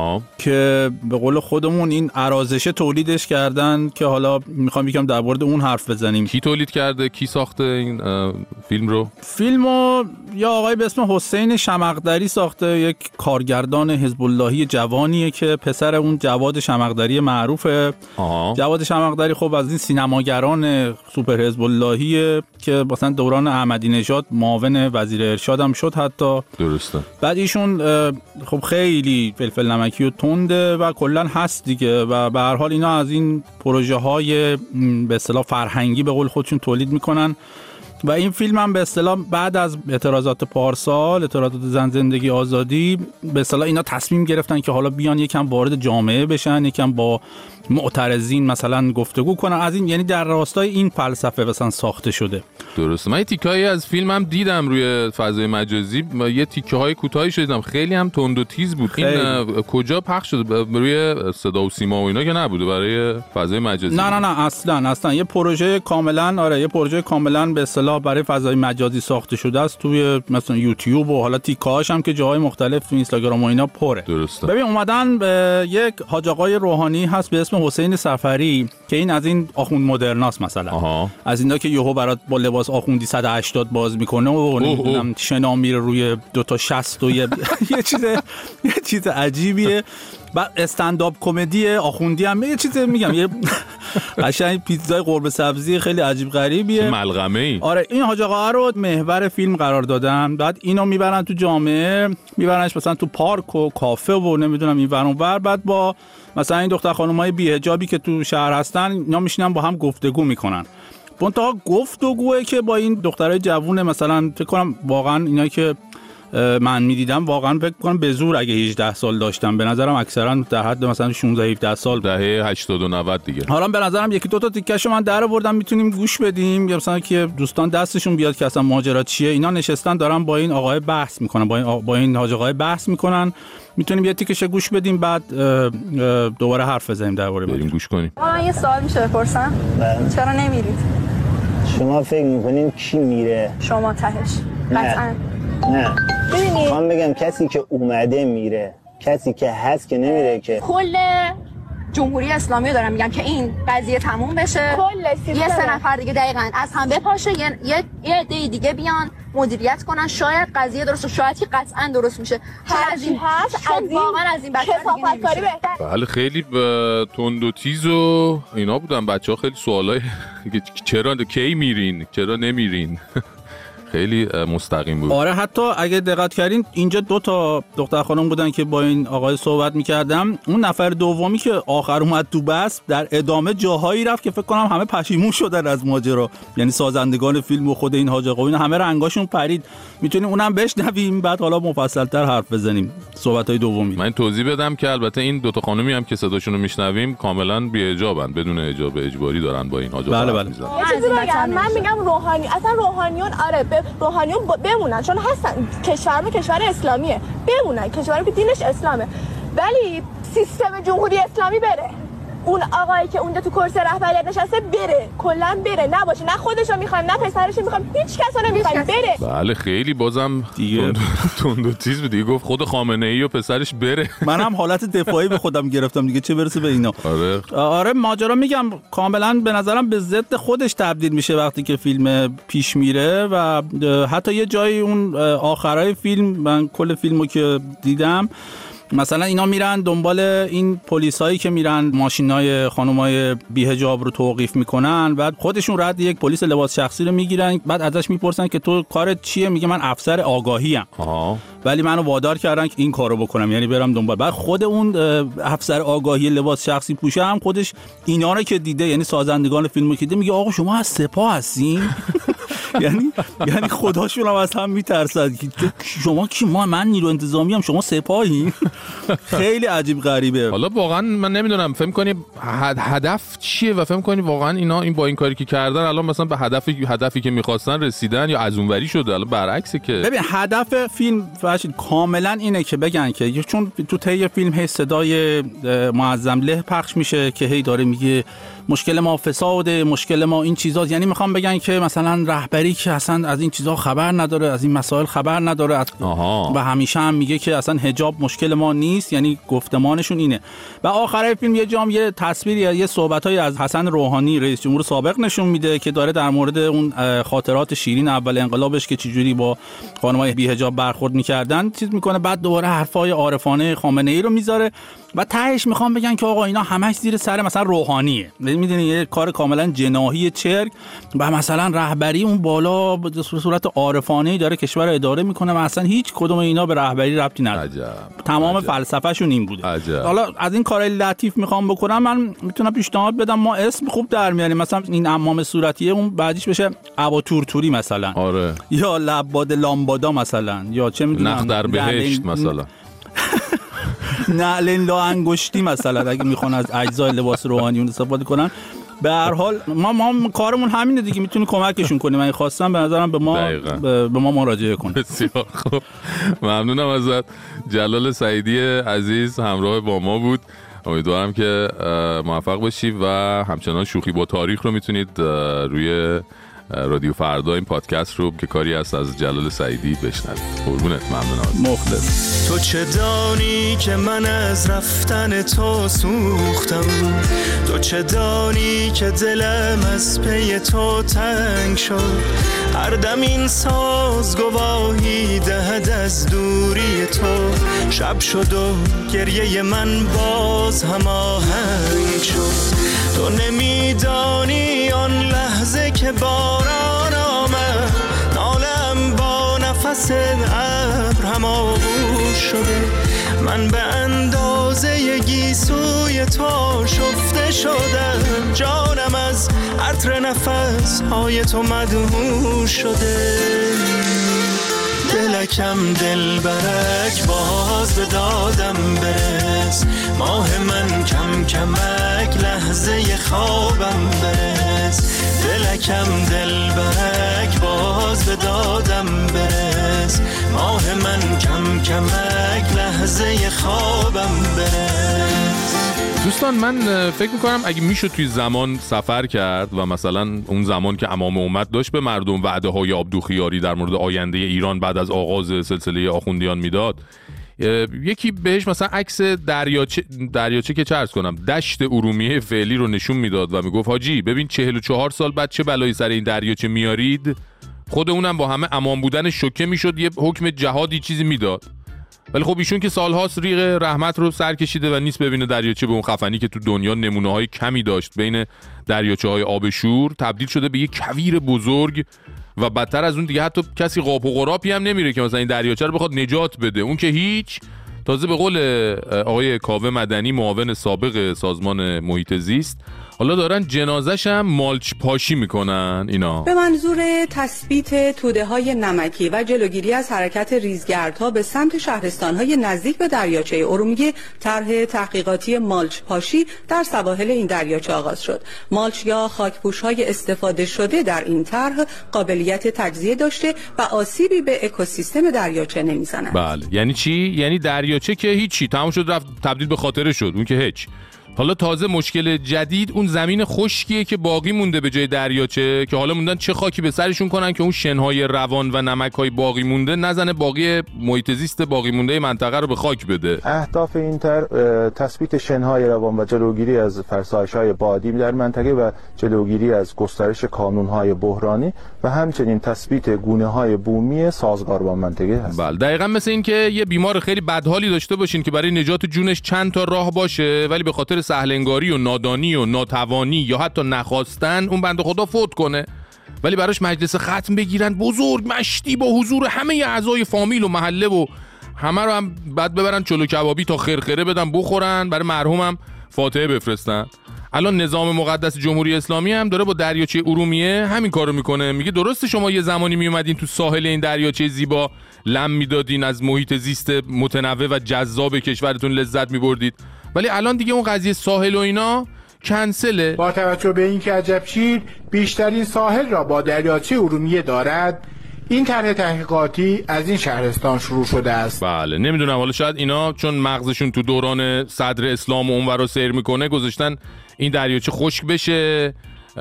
که به قول خودمون این ارازشه تولیدش کردن که حالا میخوام یکم در مورد اون حرف بزنیم. کی تولید کرده؟ کی ساخته این فیلم رو؟ فیلمو یا آقای به اسم حسین شمقدری ساخته، یک کارگردان حزب اللهی جوانیه که پسر اون جواد شمقدری معروفه. جواد شمقدری خب از این سینماگران سوپر حزب اللهیه که مثلا دوران احمدی نژاد معاون وزیر ارشاد هم شد حتی. درسته. بعد ایشون خب خیلی فلفل نمکی و تنده و کلا هست دیگه و به هر حال اینا از این پروژه های به اصطلاح فرهنگی به قول خودشون تولید میکنن و این فیلم هم به اصطلاح بعد از اعتراضات پارسال، اعتراضات زن زندگی آزادی، به اصطلاح اینا تصمیم گرفتن که حالا بیان یکم وارد جامعه بشن، یکم با معترضین مثلا گفتگو کنن. از این یعنی در راستای این فلسفه مثلا ساخته شده. درسته. من تیکه‌ای از فیلم هم دیدم روی فضای مجازی، یه تیکه‌های کوتاهی شدیدم، خیلی هم تند و تیز بود. این کجا پخش شده؟ روی صدا و سیما و اینا که نبوده، برای فضای مجازی؟ نه اصلا یه پروژه کاملا یه پروژه کاملا به اصطلاح برای فضای مجازی ساخته شده است. توی مثلا یوتیوب و حالا تیکه‌هاش هم که جاهای مختلف تو اینستاگرام و اینا پره. درسته. ببین اومدن به یک حاج آقای روحانی هست به اسم حسین سفری که این از این آخوند مدرناست مثلا. از اینا که یهو برات با لباس آخوندی 180 باز میکنه و نمیدونم شنا میره روی دو تا شست و یه چیز عجیبیه. بعد استندآپ کمدی آخوندی هم یه چیز میگم، یه قشنگ پیتزای قرمه سبزی خیلی عجیب غریبیه، ملغمه‌ای. آره این حاج آقا رو محور فیلم قرار دادن. بعد اینو میبرن تو جامعه، میبرنش مثلا تو پارک و کافه و نمیدونم این ور اون ور، بعد با مثلا این دختر خانم‌های بی‌حجابی که تو شهر هستن اینا میشینن با هم گفتگو میکنن. منتها گفتگوئه که با این دخترای جوون مثلا فکر کنم واقعا اینا که من میدیدم واقعا فکر کنم به زور اگه 18 سال داشتم، به نظرم اکثرا در حد مثلا 16 17 سال، دهه 80 و 90 دیگه. حالا به نظرم یکی دو تا تیکه‌شو من در آوردم میتونیم گوش بدیم، یا مثلا که دوستان دستشون بیاد که اصلا ماجرا چیه. اینا نشستن دارن با این آقای بحث میکنن، با این حاج آقای بحث میکنن. میتونیم یه تیکش گوش بدیم بعد دوباره حرف بزنیم درباره. بریم گوش کنیم. من یه سوال میشه بپرسم؟ چرا نمیرید؟ شما فکر میکنین کی میره؟ شما تهش. قطعاً. نه. ببینید میخوام بگم کسی که اومده میره، کسی که هست که نمیره. که کل جمهوری اسلامی رو دارم میگم که این قضیه تموم بشه، یه سه نفر دیگه دقیقاً از هم بپاشه، یه عده دیگه بیان مدیریت کنن، شاید قضیه درست و شاید که قطعاً درست میشه. از این هست واقعا از این بچه‌ها کثافت‌کاری بهتر. بله خیلی تند و تیز و اینا بودن بچه‌ها. خیلی سوالای چرا کی میرین، چرا نمیرین خیلی مستقیم بود. آره حتی اگه دقت کردین اینجا دو تا دختر خانم بودن که با این آقای صحبت می‌کردم. اون نفر دومی که آخر اومد تو بس در ادامه جاهایی رفت که فکر کنم همه پشیمون شدن از ماجرا، یعنی سازندگان فیلم و خود این حاج آقا اینا همه رنگاشون پرید. میتونیم اونم بشنویم بعد حالا مفصل‌تر حرف بزنیم صحبت‌های دومی. من توضیح بدم که البته این دو تا خانومی هم که صداشون رو میشنویم کاملا بی‌حجابن، بدون حجاب اجباری دارن با این حاج آقا. بله. من میگم روحانی اصلا روحانیون آره روحانیون بمونن، چون هستن کشورمون کشور اسلامیه، بمونن کشوری که دینش اسلامه، ولی سیستم جمهوری اسلامی بره. اون آقایی که اونجا تو کرسی رهبریت نشسته بره، کلا بره، نباشه، نه خودشو میخوام نه پسرشو میخوام، هیچ کسو نمیخوام، بره. بله خیلی بازم دیگه تند و تیز بود دیگه، گفت خود خامنه ای و پسرش بره. منم حالت دفاعی به خودم گرفتم دیگه، چه برسه به اینا. آره ماجرا میگم کاملا به نظرم به ضد خودش تبدیل میشه وقتی که فیلم پیش میره و حتی یه جایی اون آخرای فیلم، من کل فیلمو که دیدم مثلا اینا میرن دنبال این پلیسایی که میرن ماشینای خانمای بی‌حجاب رو توقیف میکنن، بعد خودشون رد یک پلیس لباس شخصی رو میگیرن، بعد ازش میپرسن که تو کارت چیه؟ میگه من افسر آگاهی ام، ولی منو وادار کردن که این کارو بکنم، یعنی برم دنبال. بعد خود اون افسر آگاهی لباس شخصی پوشه هم خودش اینا رو که دیده، یعنی سازندگان فیلمو که دیده، میگه آقا شما از سپاه هستین؟ یعنی خداشون هم از هم میترسن که شما کی؟ من نیرو انتظامی ام، شما سپاهی؟ خیلی عجیب غریبه. حالا واقعا من نمیدونم فهم کنی هدف چیه و فهم کنی واقعا اینا این با این کاری که کردن الان مثلا به هدفی که میخواستن رسیدن یا از اونوری شده. الان برعکسه که ببین هدف فیلم کاملا اینه که بگن که چون تو طی فیلم هی صدای معظم له پخش میشه که هی داره میگه مشکل ما فساده، مشکل ما این چیزا، یعنی میخوام بگن که مثلا رهبری که اصلا از این چیزا خبر نداره، از این مسائل خبر نداره و همیشه هم میگه که اصلا حجاب مشکل ما نیست، یعنی گفتمانشون اینه. و آخرای فیلم یه جام یه تصویری یه صحبتایی از حسن روحانی رئیس جمهور سابق نشون میده که داره در مورد اون خاطرات شیرین اول انقلابش که چجوری با خانمای بی‌حجاب برخورد میکردن چیز میکنه، بعد دوباره حرفای عارفانه خامنه ای رو میذاره و تهش میخوام بگن که آقا اینا همش زیر سر مثلا روحانیه، میدونی یه کار کاملا جناحی چرک و مثلا رهبری اون بالا به صورت عارفانه‌ای داره کشور رو اداره میکنه و اصلا هیچ کدوم اینا به رهبری ربطی نداره. تمام فلسفه‌شون این بوده. حالا از این کارهای لطیف میخوام بکنم، من میتونم پیشنهاد بدم، ما اسم خوب در میاریم، مثلا این عمام صورتیه اون بعدیش بشه ابا تورتوری مثلا، آره، یا لباد لامبادا مثلا، یا چه میدونم نخ در بهشت مثلا نعلن لا انگشتی مثلا، اگه میخوان از اجزای لباس روحانیون استفاده کنن. به هر حال ما کارمون همینه دیگه، میتونیم کمکشون کنیم. من خواستم به نظرم به ما مراجعه کنید. بسیار خوب، ممنونم ازت. جلال سعیدی عزیز همراه با ما بود. امیدوارم که موفق باشی و همچنان شوخی با تاریخ رو میتونید روی رادیو فردا این پادکست رو که کاری هست از جلال سعیدی بشنوید. قربونت، ممنونم. مخلص. تو چه دانی که من از رفتن تو سوختم، تو چه دانی که دلم از پی تو تنگ شد، هر دم این ساز گواهی دهد از دوری تو، شب شد و گریه من باز هم آهنگ شد. تو نمیدانی آن لحظه که باران آمد، نالم با نفس ابر هم آغوش شده، من به اندازه گیسوی تو شفته شدم، جانم از عطر نفس های تو مدهوش شده. دلکم دل برک باز به دادم برس، ماه من کم کمک لحظه خوابم برس، دلکم دل برک باز به دادم برس، ماه من کم کمک لحظه خوابم برس. دوستان من فکر میکنم اگه میشد توی زمان سفر کرد و مثلا اون زمان که امام امت داشت به مردم وعده های آبدوخیاری در مورد آینده ایران بعد از آغاز سلسله آخوندیان میداد، یکی بهش مثلا عکس دریاچه که چه عرض کنم دشت ارومیه فعلی رو نشون میداد و میگفت حاجی ببین 44 سال بعد چه بلایی سر این دریاچه میارید، خود اونم با همه امان بودن شوکه میشد یه حکم جهادی چیزی میداد. ولی خب ایشون که سالهاست ریغ رحمت رو سر کشیده و نیست ببینه دریاچه به اون خفنی که تو دنیا نمونه‌های کمی داشت بین دریاچه‌های آب شور تبدیل شده به یه کویر بزرگ و بدتر از اون دیگه حتی کسی قاپ و قراپی هم نمیره که مثلا این دریاچه رو بخواد نجات بده. اون که هیچ. تازه به قول آقای کاوه مدنی معاون سابق سازمان محیط زیست، حالا دارن جنازش هم مالچ پاشی میکنن اینا. به منظور تثبیت توده های نمکی و جلوگیری از حرکت ریزگردها به سمت شهرستان های نزدیک به دریاچه ارومیه، طرح تحقیقاتی مالچ پاشی در سواحل این دریاچه آغاز شد. مالچ یا خاکپوش های استفاده شده در این طرح قابلیت تجزیه داشته و آسیبی به اکوسیستم دریاچه نمیزنند. بله. یعنی چی؟ یعنی دریاچه که هیچی، تمام شد رفت، تبدیل به خاطره شد، اون که هیچ. حالا تازه مشکل جدید اون زمین خشکیه که باقی مونده به جای دریاچه، که حالا موندن چه خاکی به سرشون کنن که اون شنهای روان و نمک‌های باقی مونده نزنه باقی محیط زیست باقی مونده منطقه رو به خاک بده. اهداف این تثبیت شنهای روان و جلوگیری از فرسایش‌های بادی در منطقه و جلوگیری از گسترش کانون‌های بحرانی و همچنین تثبیت گونه‌های بومی سازگار با منطقه هست. بله، دقیقاً مثل این که یه بیمار خیلی بدحالی داشته باشین که برای نجات جونش چند تا راه باشه، ولی به خاطر سهلنگاری و نادانی و ناتوانی یا حتی نخواستن اون بنده خدا فوت کنه، ولی براش مجلس ختم بگیرن بزرگ مشتی با حضور همه اعضای فامیل و محله و همه رو هم بعد ببرن چلو کبابی تا خرخره بدن بخورن، برای مرحومم فاتحه بفرستن. الان نظام مقدس جمهوری اسلامی هم داره با دریاچه ارومیه همین کارو میکنه. میگه درسته شما یه زمانی میومدین تو ساحل این دریاچه زیبا لم میدادین، از محیط زیست متنوع و جذاب کشورتون لذت میبردید، ولی الان دیگه اون قضیه ساحل و اینا کنسله. با توجه به اینکه عجبشیر بیشترین ساحل را با دریاچه ارومیه دارد، این طرح تحقیقاتی از این شهرستان شروع شده است. بله، نمیدونم، حالا شاید اینا چون مغزشون تو دوران صدر اسلام و اونورا سیر میکنه گذاشتن این دریاچه خشک بشه،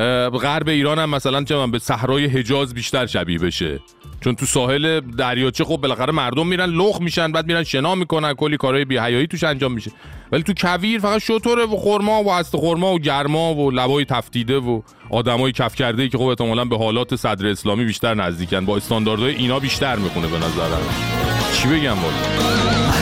غرب ایران هم مثلا چه به صحرای حجاز بیشتر شبیه بشه، چون تو ساحل دریاچه خب بالاخره مردم میرن لخ میشن، بعد میرن شنا میکنن، کلی کارهای بی‌حیایی توش انجام میشه، ولی تو کویر فقط شتره و خرما و هست خرما و گرما و لبای تفتیده و آدمای کف کرده‌ای که خب احتمالاً به حالات صدر اسلامی بیشتر نزدیکن، با استانداردهای اینا بیشتر میخونه به نظرم. چی بگم والا؟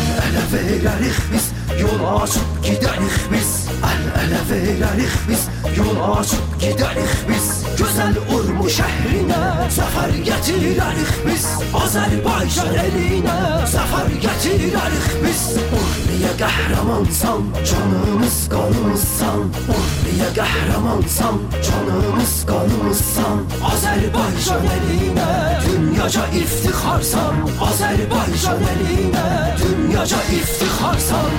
El vererek biz yol açıp giderik biz El vererek biz yol açıp giderik biz Güzel Urmu şehrine zafer getirerik biz Azerbaycan eline zafer getirerik biz Urmiye kahramansan canımız kanımızsan Urmiye kahramansan canımız kanımızsan Azerbaycan eline dünyaca iftiharsan Azerbaycan eline dünyaca iftiharsan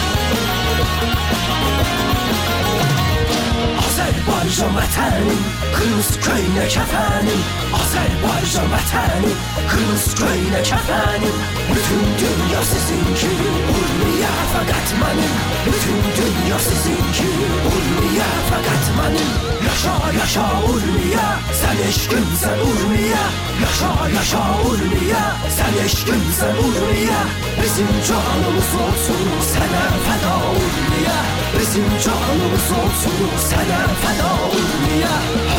Azerbaycan vətənim, qırmızı köynə kəfənim Azerbaycan vətənim, qırmızı köynə kəfənim Bütün dünya sizinki, Urmiye fəqət mənim Bütün dünya sizinki, Urmiye fəqət mənim Yaşa, yaşa Urmiye, sən eşqimsən Urmiye Yaşa, yaşa Urmiye, sən eşqimsən Urmiye Bizim canımız olsun, sənə fəda Urmiye Bizim canımız olsun, sənə fəda Urmiye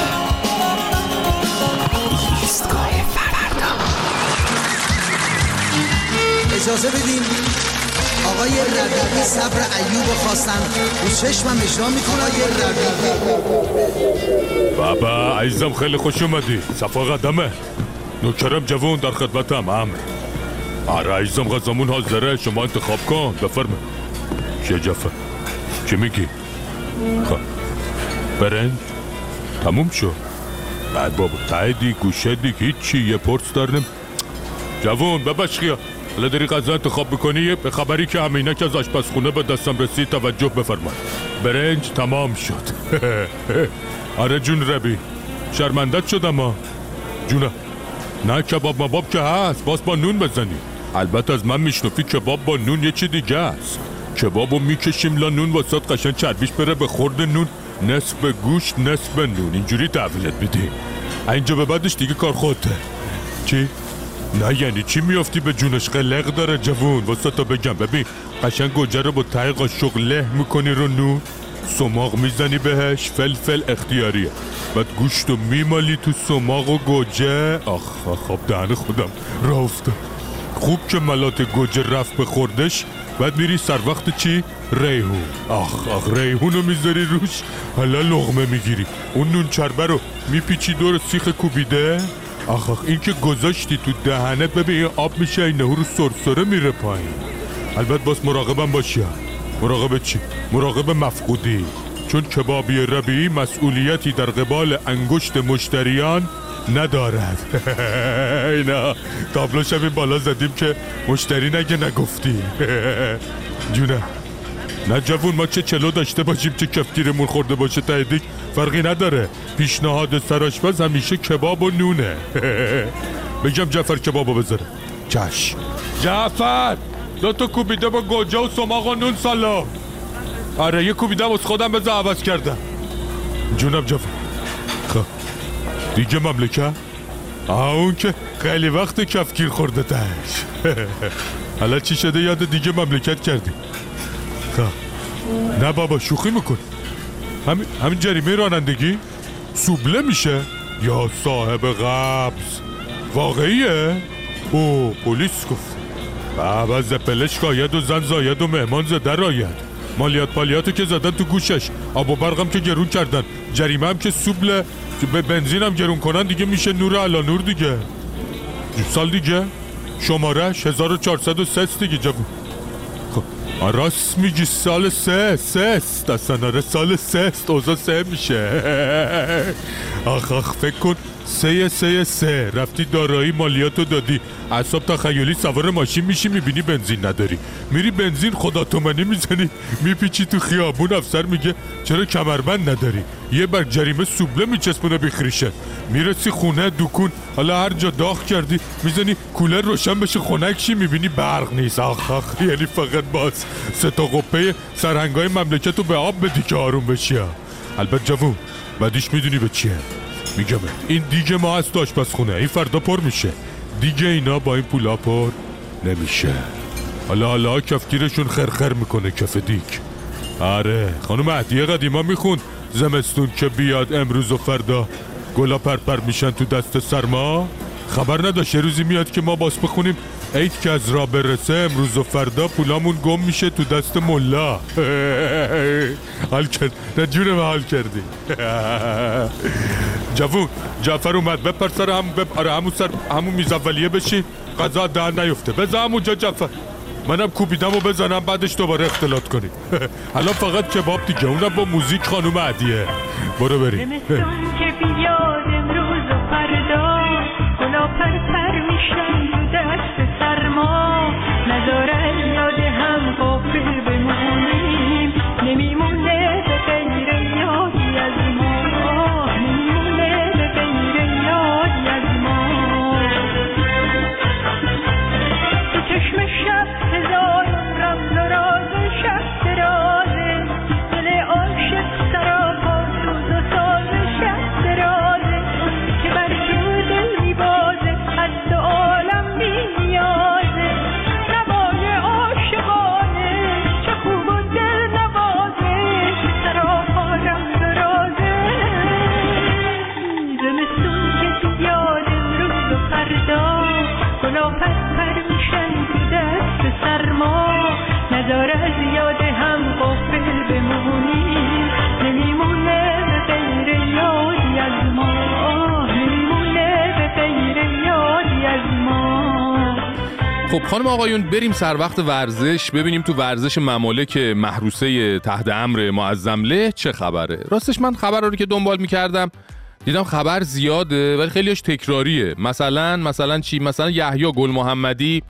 ایستگاه فردا اجازه بدین آقای ربیعی صبر ایوب خواستن رو چشمم اجرا میکنه آقای ربیعی بابا عزیزم خیلی خوش اومدی صفا قدمه نوکرم جوان در خدمتم امر آره عزیزم غذامون حاضره شما انتخاب کن بفرمه چیه جفه چی میگی؟ خب برنج تموم شد بعد بابا تایدی گوشه دیگه هیچی یه پرس دارنم جوان ببشخیا حالا داری غذا انتخاب بکنی به خبری که همینک از آشپزخونه به دستم رسید توجه بفرمای برنج تمام شد آره جون ربی شرمندت شدم ها جونه نه کباب مباب که هست باز با نون بزنی البته از من میشنفی کباب با نون یه چی دیگه است کبابو میکشیم لا نون واسات قشن چربیش بره به خورد نون نصف گوشت نصف نون اینجوری تحویلت میدی اینجا به بعدش دیگه کار خودته چی؟ نه یعنی چی میافتی به جونش قلق داره جوون واسه تا بگم ببین قشن گوجه رو با ته قاشق له میکنی رو نون سماق میزنی بهش فلفل اختیاریه بعد گوشتو میمالی تو سماق و گوجه آخ خب دهن خودم راه افتاد خوب که ملات گوجه رفت به خوردش بعد میری سر وقت چی؟ ریحون آخ ریحونو میذاری روش حالا لقمه میگیری اون نون چربه رو میپیچی دور سیخ کوبیده آخ این که گذاشتی تو دهنت ببین آب میشه اینه رو سرسره میره پایین البته باز مراقبم باشی مراقب چی؟ مراقب مفقودی چون کبابی ربیعی مسئولیتی در قبال انگشت مشتریان ندارد. اینا تابلوش هم این بالا زدیم که مشتری نگه نگفتی. جونه نه جوون، ما چه چلو داشته باشیم چه کفتیرمون خورده باشه ته دیگ فرقی نداره. پیشنهاد سرآشپز همیشه کباب و نونه. بگم جعفر کبابو بذاره. چشم. جعفر 2 تا کوبیده با گوجه و سماق و نون سالو. آره یه کوبیدم از خودم بذار عوض کردم. جونم جعفر. خب دیگه مملکت؟ اون که خیلی وقت کفگیر خورده تش. حالا چی شده یاد دیگه مملکت کردی؟ خب نه بابا شوخی میکن. همین جریمه رانندگی سوبله میشه یا صاحب قبض؟ واقعیه؟ او پلیس گفت بابا زپله شکاید و زن زاید و مهمان زده راید. مالیات پالیاتو که زدن تو گوشش، آب و برقم که گرون کردن، جریمه هم که سوبله، به بنزین هم گرون کنن دیگه میشه نور علا نور دیگه. سال دیگه شمارش 1403 دیگه جوون. خب راست میگی سال 3 اصلا آره سال 3 اوضاع 3 میشه. آخ فکر کن 3 رفتی دارایی مالیاتو دادی، اعصاب تخیلی سوار ماشین میشی میبینی بنزین نداری، میری بنزین خدا تومانی میزنی میپیچی تو خیابون، افسر میگه چرا کمربند نداری، یه بر جریمه سوبله میچسبونه بخریشه، میرسی خونه دکون حالا هر جا داغ کردی میزنی کولر روشن بشه خنک شی میبینی برق نیست. آخ یعنی فقط باز 3 تا قپه سرهنگای مملکتو به آب بدی که آروم بشی. البته جوون بعدیش میدونی به چیه؟ میگم این دیگه ما از آشپزخونه این فردا پر میشه دیگه، اینا با این پولا پر نمیشه. حالا کفگیرشون خرخر میکنه کف دیگ. آره خانم عدیه قدیما میخوند زمستون که بیاد امروز و فردا گلا پرپر میشن تو دست سرما. خبر نداشت روزی میاد که ما باز بخونیم عید که از را برسه امروز و فردا پولامون گم میشه تو دست ملا. حال کرد نه جونه به حال کردی. جوون جعفر اومد بپر سر همون میز اولیه بشی قضا دهن نیفته. بذار همونجا جعفر منم کوبیدم و بزنم بعدش دوباره اختلاط کنیم. حالا فقط کباب دیگه اونم با موزیک خانوم عدیه. برو بریم. خب خانم آقایون بریم سر وقت ورزش، ببینیم تو ورزش ممالک محروسه تحت امر معظم له چه خبره. راستش من خبر رو که دنبال میکردم دیدم خبر زیاده ولی خیلیش تکراریه. مثلا چی؟ مثلا یحیی گل محمدی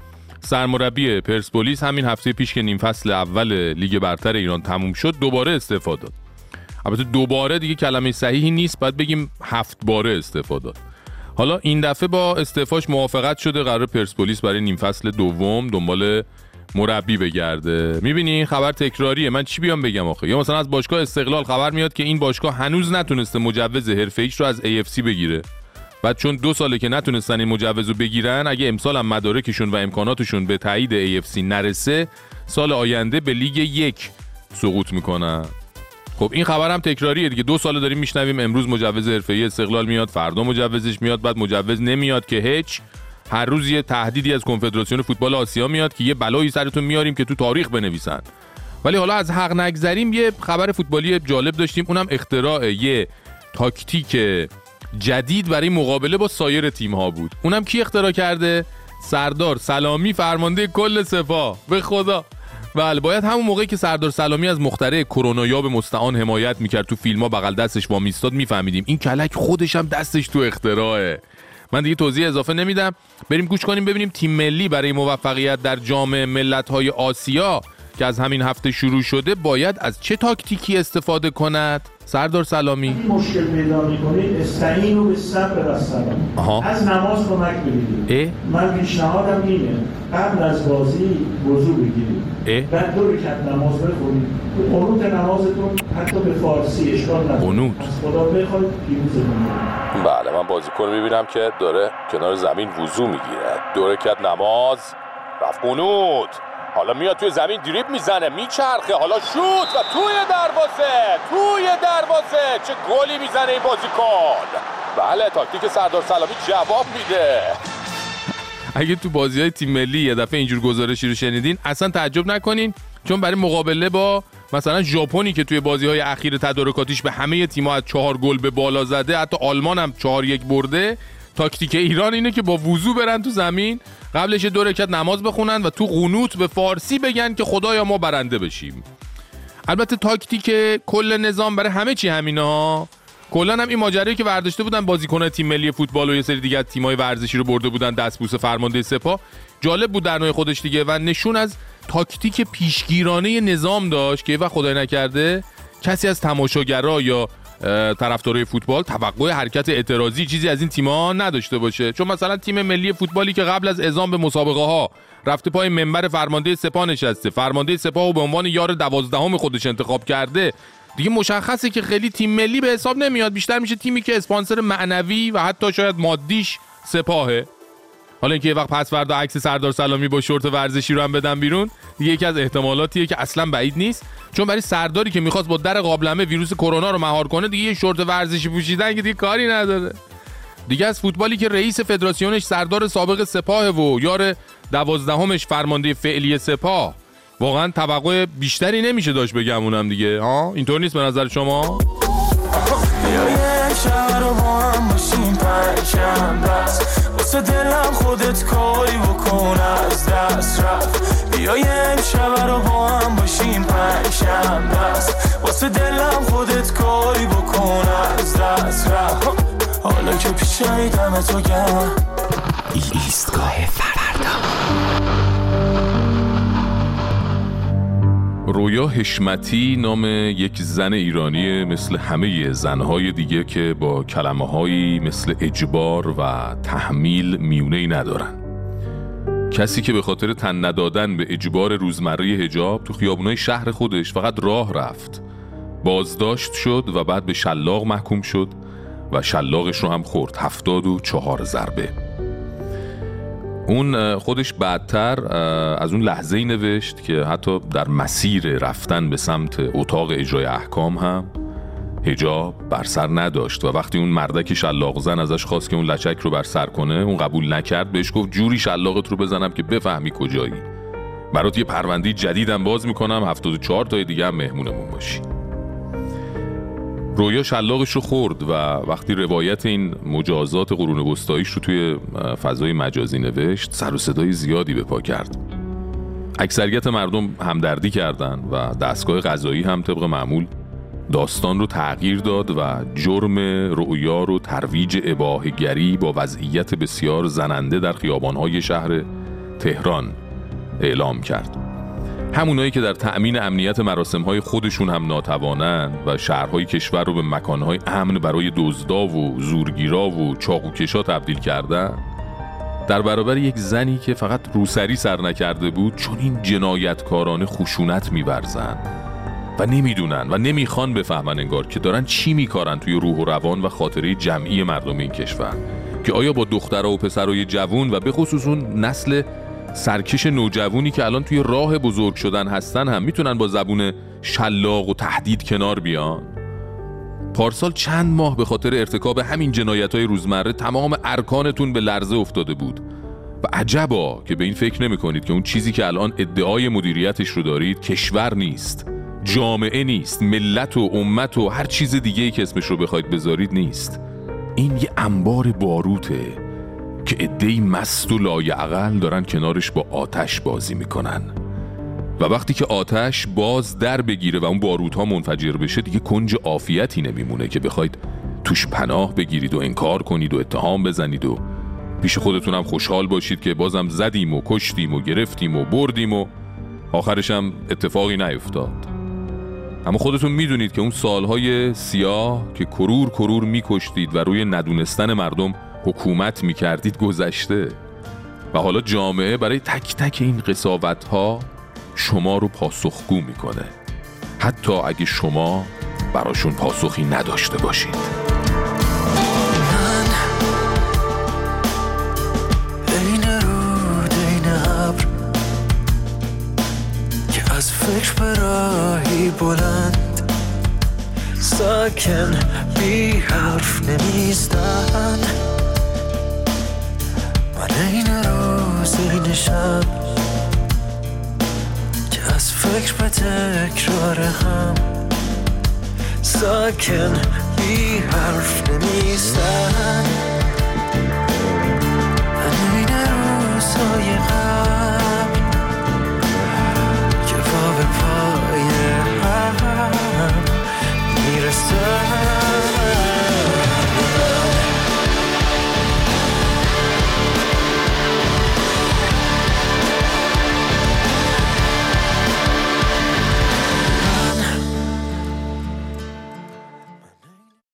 سرمربی پرسپولیس همین هفته پیش که نیم فصل اول لیگ برتر ایران تموم شد دوباره استعفا داد. البته دوباره دیگه کلمه صحیحی نیست، باید بگیم 7 باره استعفا داد. حالا این دفعه با استعفاش موافقت شده، قرار پرسپولیس برای نیم فصل دوم دنبال مربی بگرده. میبینی خبر تکراریه. من چی بیام بگم آخه؟ یا مثلا از باشگاه استقلال خبر میاد که این باشگاه هنوز نتونسته مجوز حرفه‌ایش رو از AFC بگیره. بعد چون 2 ساله که نتونستن این مجوز رو بگیرن، اگه امسال هم مدارکشون و امکاناتشون به تایید AFC نرسه، سال آینده به لیگ 1 سقوط میکنن. خب این خبر هم تکراریه دیگه. 2 ساله داریم میشنویم امروز مجوز حرفه‌ای استقلال میاد، فردا مجوزش میاد، بعد مجوز نمیاد که هیچ. هر روز یه تهدیدی از کنفدراسیون فوتبال آسیا میاد که یه بلایی سرتون میاریم که تو تاریخ بنویسن. ولی حالا از حق نگذریم، یه خبر فوتبالی جالب داشتیم، اونم اختراع یه تاکتیک جدید برای مقابله با سایر تیم‌ها بود. اونم کی اختراع کرده؟ سردار سلامی، فرمانده کل سپاه. به خدا بله، باید همون موقعی که سردار سلامی از مخترع کرونایاب مستعان حمایت میکرد تو فیلم‌ها بغل دستش وامی ایستاد میفهمیدیم این کلک خودش هم دستش تو اختراعه. من دیگه توضیح اضافه نمیدم، بریم گوش کنیم ببینیم تیم ملی برای موفقیت در جام ملت‌های آسیا که از همین هفته شروع شده باید از چه تاکتیکی استفاده کند. سردار سلامی: مشکل پیدا می‌کنید استعینوا بالصبر والصلاة. از نماز کمک بگیرید. من پیشنهادم اینه قبل از بازی وضو بگیرید، بعد 2 رکعت نماز بخونید. قنوت نمازتون حتی به فارسی اشکال نداره، از خدا بخواید پیروز بشید. بله، من بازیکن می‌بینم که داره کنار زمین وضو میگیره، 2 رکعت نماز، رفت قنوت، حالا میاد توی زمین دریبل میزنه، میچرخه، حالا شوت و توی دروازه. چه گلی میزنه این بازیکن. بله، تاکتیک سردار سلامی جواب میده. اگه تو بازی‌های تیم ملی یه دفعه اینجور گزارشی رو شنیدین اصلا تعجب نکنین، چون برای مقابله با مثلا ژاپنی که توی بازی‌های اخیر تدارکاتیش به همه تیم‌ها از 4 گل به بالا زده، حتی آلمان هم 4-1 برده، تاکتیک ایران اینه که با وضو برن تو زمین، قبلش 2 رکعت نماز بخونن و تو قنوت به فارسی بگن که خدایا ما برنده بشیم. البته تاکتیک کل نظام برای همه چی همینه ها. کلا هم این ماجرایی که برداشته بودن بازیکن‌های تیم ملی فوتبال و یه سری دیگه تیم‌های ورزشی رو برده بودن دستبوس فرمانده سپاه، جالب بود در نوع خودش دیگه و نشون از تاکتیک پیشگیرانه نظام داشت که وقت خدای نکرده کسی از تماشاگرها یا طرفدارای فوتبال توقع حرکت اعتراضی چیزی از این تیم‌ها نداشته باشه. چون مثلا تیم ملی فوتبالی که قبل از اعزام به مسابقه‌ها رفته پای منبر فرمانده سپاه نشسته، فرمانده سپاه رو به عنوان یار 12ام خودش انتخاب کرده، دیگه مشخصه که خیلی تیم ملی به حساب نمیاد، بیشتر میشه تیمی که اسپانسر معنوی و حتی شاید مادیش سپاهه. حالا اینکه یه وقت پس فردا عکس سردار سلامی با شورت ورزشی رو هم بدن بیرون دیگه یکی از احتمالاتیه که اصلا بعید نیست، چون برای سرداری که میخواست با در قابلمه ویروس کرونا رو مهار کنه دیگه یه شورت ورزشی پوشیدن که دیگه کاری نداره. دیگه از فوتبالی که رئیس فدراسیونش سردار سابق سپاه و یار 12مش فرمانده فعلی سپاه، واقعا توقع بیشتری نمیشه داشت بگمونم دیگه. ها اینطور نیست به نظر شما؟ واسه دلم خودت کاری بکن از دست رفت، بیا یه امشب رو با هم باشیم پنجشنبه است، واسه دلم خودت کاری بکن از دست رفت، حالا که پیشای دم تو گم ایستگاه فردا. رویا حشمتی نام یک زن ایرانی مثل همه زنهای دیگه که با کلمه‌هایی مثل اجبار و تحمیل میونه‌ای ندارن. کسی که به خاطر تن ندادن به اجبار روزمره حجاب تو خیابونای شهر خودش فقط راه رفت، بازداشت شد و بعد به شلاق محکوم شد و شلاقش رو هم خورد، 74 ضربه. اون خودش بعدتر از اون لحظه‌ای نوشت که حتی در مسیر رفتن به سمت اتاق اجرای احکام هم حجاب بر سر نداشت و وقتی اون مردک شلاق زن ازش خواست که اون لچک رو بر سر کنه اون قبول نکرد، بهش گفت جوری شلاقت رو بزنم که بفهمی کجایی، برات یه پرونده جدیدم باز میکنم، 74 تای دیگه هم مهمونمون باشی. رویا شلاقش رو خورد و وقتی روایت این مجازات قرون وسطاییش رو توی فضای مجازی نوشت سر و صدای زیادی به پا کرد. اکثریت مردم همدردی کردن و دستگاه قضایی هم طبق معمول داستان رو تغییر داد و جرم رویا رو ترویج اباحه‌گری با وضعیت بسیار زننده در خیابان‌های شهر تهران اعلام کرد. همونایی که در تأمین امنیت مراسم‌های خودشون هم ناتوانن و شهرهای کشور رو به مکانهای امن برای دزدا و زورگیرا و چاقوکشا تبدیل کردن، در برابر یک زنی که فقط روسری سر نکرده بود چون این جنایتکارانه خشونت می‌ورزن و نمیدونن و نمیخوان بفهمن انگار که دارن چی میکارن توی روح و روان و خاطره جمعی مردم این کشور، که آیا با دخترها و پسرای جوون و به خصوص اون نسل سرکش نوجوانی که الان توی راه بزرگ شدن هستن هم میتونن با زبون شلاق و تهدید کنار بیان؟ پارسال چند ماه به خاطر ارتکاب همین جنایت‌های روزمره تمام ارکانتون به لرزه افتاده بود و عجبا که به این فکر نمی‌کنید که اون چیزی که الان ادعای مدیریتش رو دارید کشور نیست، جامعه نیست، ملت و امت و هر چیز دیگه‌ای که اسمش رو بخواید بذارید نیست. این یه انبار باروته که عده‌ای مست و لایعقل دارن کنارش با آتش بازی میکنن و وقتی که آتش باز در بگیره و اون باروت‌ها منفجر بشه دیگه کنج عافیتی نمیمونه که بخواید توش پناه بگیرید و انکار کنید و اتهام بزنید و پیش خودتون هم خوشحال باشید که بازم زدیم و کشتیم و گرفتیم و بردیم و آخرش هم اتفاقی نیفتاد. اما خودتون میدونید که اون سالهای سیاه که کرور کرور میکشتید و روی ندونستن مردم حکومت میکردید گذشته و حالا جامعه برای تک تک این قساوت‌ها شما رو پاسخگو میکنه، حتی اگه شما براشون پاسخی نداشته باشید. من این رود این ابر که از فکر به راهی بلند ساکن بی حرف نمیستن، من این روز این شب که از فکر به تکرار هم ساکن بی حرف نمیستن، من این روزهای قبل که پا به پای هم میرسن.